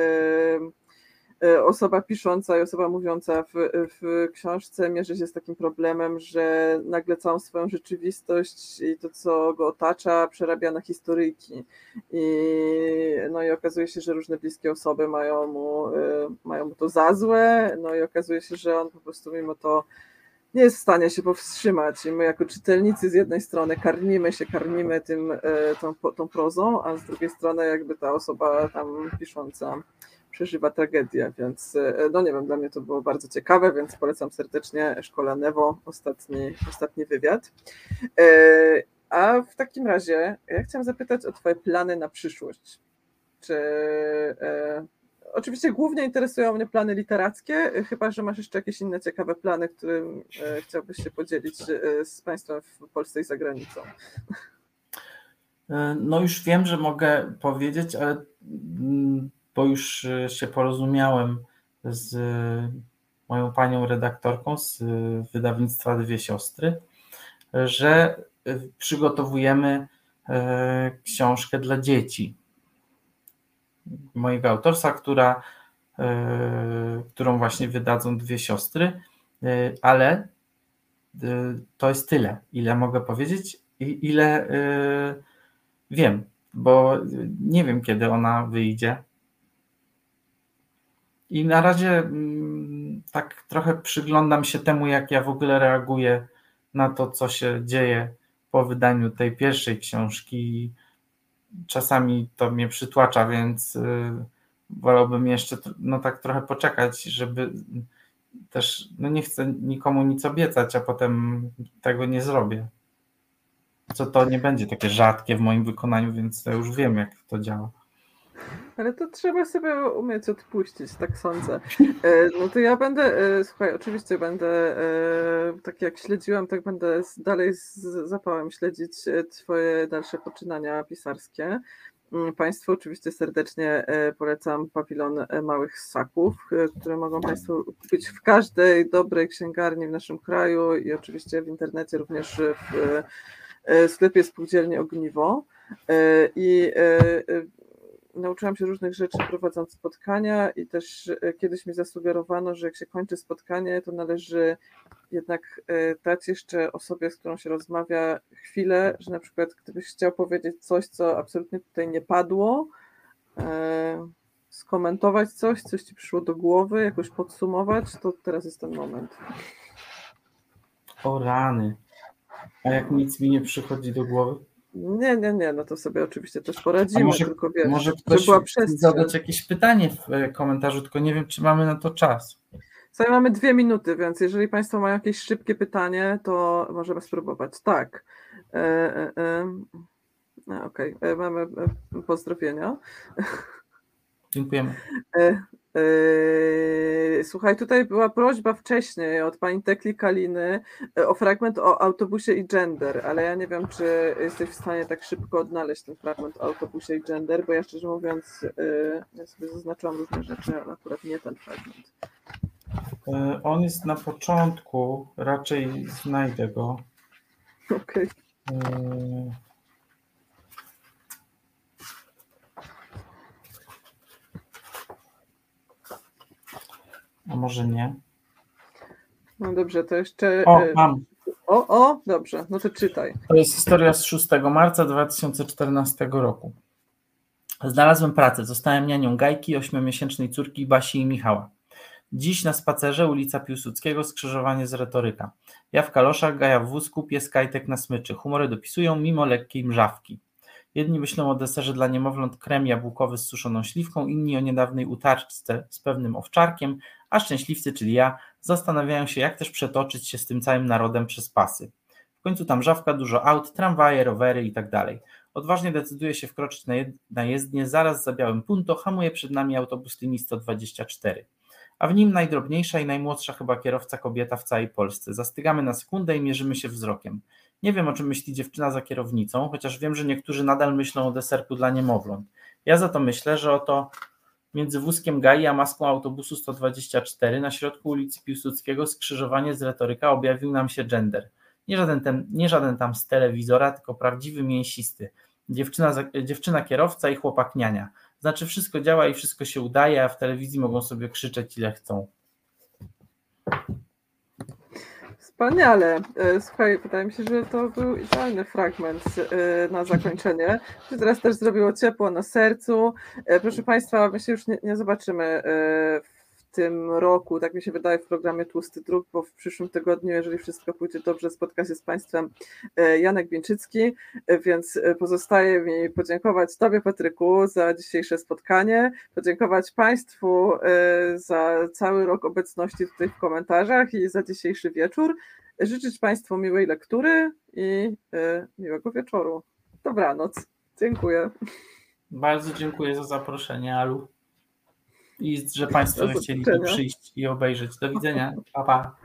osoba pisząca i osoba mówiąca w książce mierzy się z takim problemem, że nagle całą swoją rzeczywistość i to, co go otacza, przerabia na historyjki. No i okazuje się, że różne bliskie osoby mają mu to za złe, no i okazuje się, że on po prostu mimo to nie jest w stanie się powstrzymać i my jako czytelnicy z jednej strony karmimy tą prozą, a z drugiej strony jakby ta osoba tam pisząca przeżywa tragedię, więc no nie wiem, dla mnie to było bardzo ciekawe, więc polecam serdecznie Szkoła Nevo, ostatni wywiad. A w takim razie ja chciałam zapytać o Twoje plany na przyszłość. Oczywiście głównie interesują mnie plany literackie, chyba że masz jeszcze jakieś inne ciekawe plany, którym chciałbyś się podzielić z Państwem w Polsce i za granicą. No już wiem, że mogę powiedzieć, ale bo już się porozumiałem z moją panią redaktorką z wydawnictwa Dwie Siostry, że przygotowujemy książkę dla dzieci mojego autorstwa, którą właśnie wydadzą Dwie Siostry, ale to jest tyle, ile mogę powiedzieć i ile wiem, bo nie wiem, kiedy ona wyjdzie. I na razie tak trochę przyglądam się temu, jak ja w ogóle reaguję na to, co się dzieje po wydaniu tej pierwszej książki. Czasami to mnie przytłacza, więc wolałbym jeszcze tak trochę poczekać, żeby też, nie chcę nikomu nic obiecać, a potem tego nie zrobię. Co to nie będzie takie rzadkie w moim wykonaniu, więc ja już wiem, jak to działa. Ale to trzeba sobie umieć odpuścić, tak sądzę. No to ja będę, słuchaj, oczywiście będę, tak jak śledziłam, tak będę dalej z zapałem śledzić Twoje dalsze poczynania pisarskie. Państwu oczywiście serdecznie polecam Pawilon Małych Ssaków, które mogą Państwo kupić w każdej dobrej księgarni w naszym kraju i oczywiście w internecie, również w sklepie Spółdzielni Ogniwo. I nauczyłam się różnych rzeczy prowadząc spotkania i też kiedyś mi zasugerowano, że jak się kończy spotkanie, to należy jednak dać jeszcze osobie, z którą się rozmawia, chwilę, że na przykład gdybyś chciał powiedzieć coś, co absolutnie tutaj nie padło, skomentować coś ci przyszło do głowy, jakoś podsumować, to teraz jest ten moment. O rany. A jak nic mi nie przychodzi do głowy? Nie, no to sobie oczywiście też poradzimy, tylko wiesz, może żeby ktoś była chce przestrzeń. zadać jakieś pytanie w komentarzu, tylko nie wiem, czy mamy na to czas. Sobie mamy 2 minuty, więc jeżeli Państwo mają jakieś szybkie pytanie, to możemy spróbować. Tak. Okej, mamy pozdrowienia. Dziękujemy. Słuchaj, tutaj była prośba wcześniej od pani Tekli Kaliny o fragment o autobusie i gender, ale ja nie wiem, czy jesteś w stanie tak szybko odnaleźć ten fragment o autobusie i gender, bo ja szczerze mówiąc, ja sobie zaznaczyłam różne rzeczy, ale akurat nie ten fragment. On jest na początku, raczej znajdę go. Okej. A może nie? No dobrze, to jeszcze... Mam. Dobrze, no to czytaj. To jest historia z 6 marca 2014 roku. Znalazłem pracę, zostałem nianią Gajki, 8-miesięcznej córki Basi i Michała. Dziś na spacerze ulica Piłsudskiego, skrzyżowanie z Retoryka. Ja w kaloszach, Gaja w wózku, pies Kajtek na smyczy. Humory dopisują mimo lekkiej mrzawki. Jedni myślą o deserze dla niemowląt krem jabłkowy z suszoną śliwką, inni o niedawnej utarczce z pewnym owczarkiem, a szczęśliwcy, czyli ja, zastanawiają się, jak też przetoczyć się z tym całym narodem przez pasy. W końcu tam mrzawka, dużo aut, tramwaje, rowery i tak dalej. Odważnie decyduje się wkroczyć na jezdnię, zaraz za białym Punto hamuje przed nami autobus linii 124. A w nim najdrobniejsza i najmłodsza chyba kierowca kobieta w całej Polsce. Zastygamy na sekundę i mierzymy się wzrokiem. Nie wiem, o czym myśli dziewczyna za kierownicą, chociaż wiem, że niektórzy nadal myślą o deserku dla niemowląt. Ja za to myślę, że oto między wózkiem Gai a maską autobusu 124 na środku ulicy Piłsudskiego skrzyżowanie z Retoryka objawił nam się gender. Nie żaden tam z telewizora, tylko prawdziwy mięsisty. Dziewczyna kierowca i chłopak niania. Znaczy wszystko działa i wszystko się udaje, a w telewizji mogą sobie krzyczeć ile chcą. Wspaniale. Słuchaj, wydaje mi się, że to był idealny fragment na zakończenie. Teraz też zrobiło ciepło na sercu. Proszę Państwa, my się już nie zobaczymy w tym roku, tak mi się wydaje, w programie Tłusty Druk, bo w przyszłym tygodniu, jeżeli wszystko pójdzie dobrze, spotka się z Państwem Janek Bieńczycki, więc pozostaje mi podziękować Tobie, Patryku, za dzisiejsze spotkanie, podziękować Państwu za cały rok obecności tutaj w komentarzach i za dzisiejszy wieczór. Życzyć Państwu miłej lektury i miłego wieczoru. Dobranoc. Dziękuję. Bardzo dziękuję za zaproszenie, Alu. I że Państwo chcieli tu przyjść i obejrzeć. Do widzenia. Pa, pa.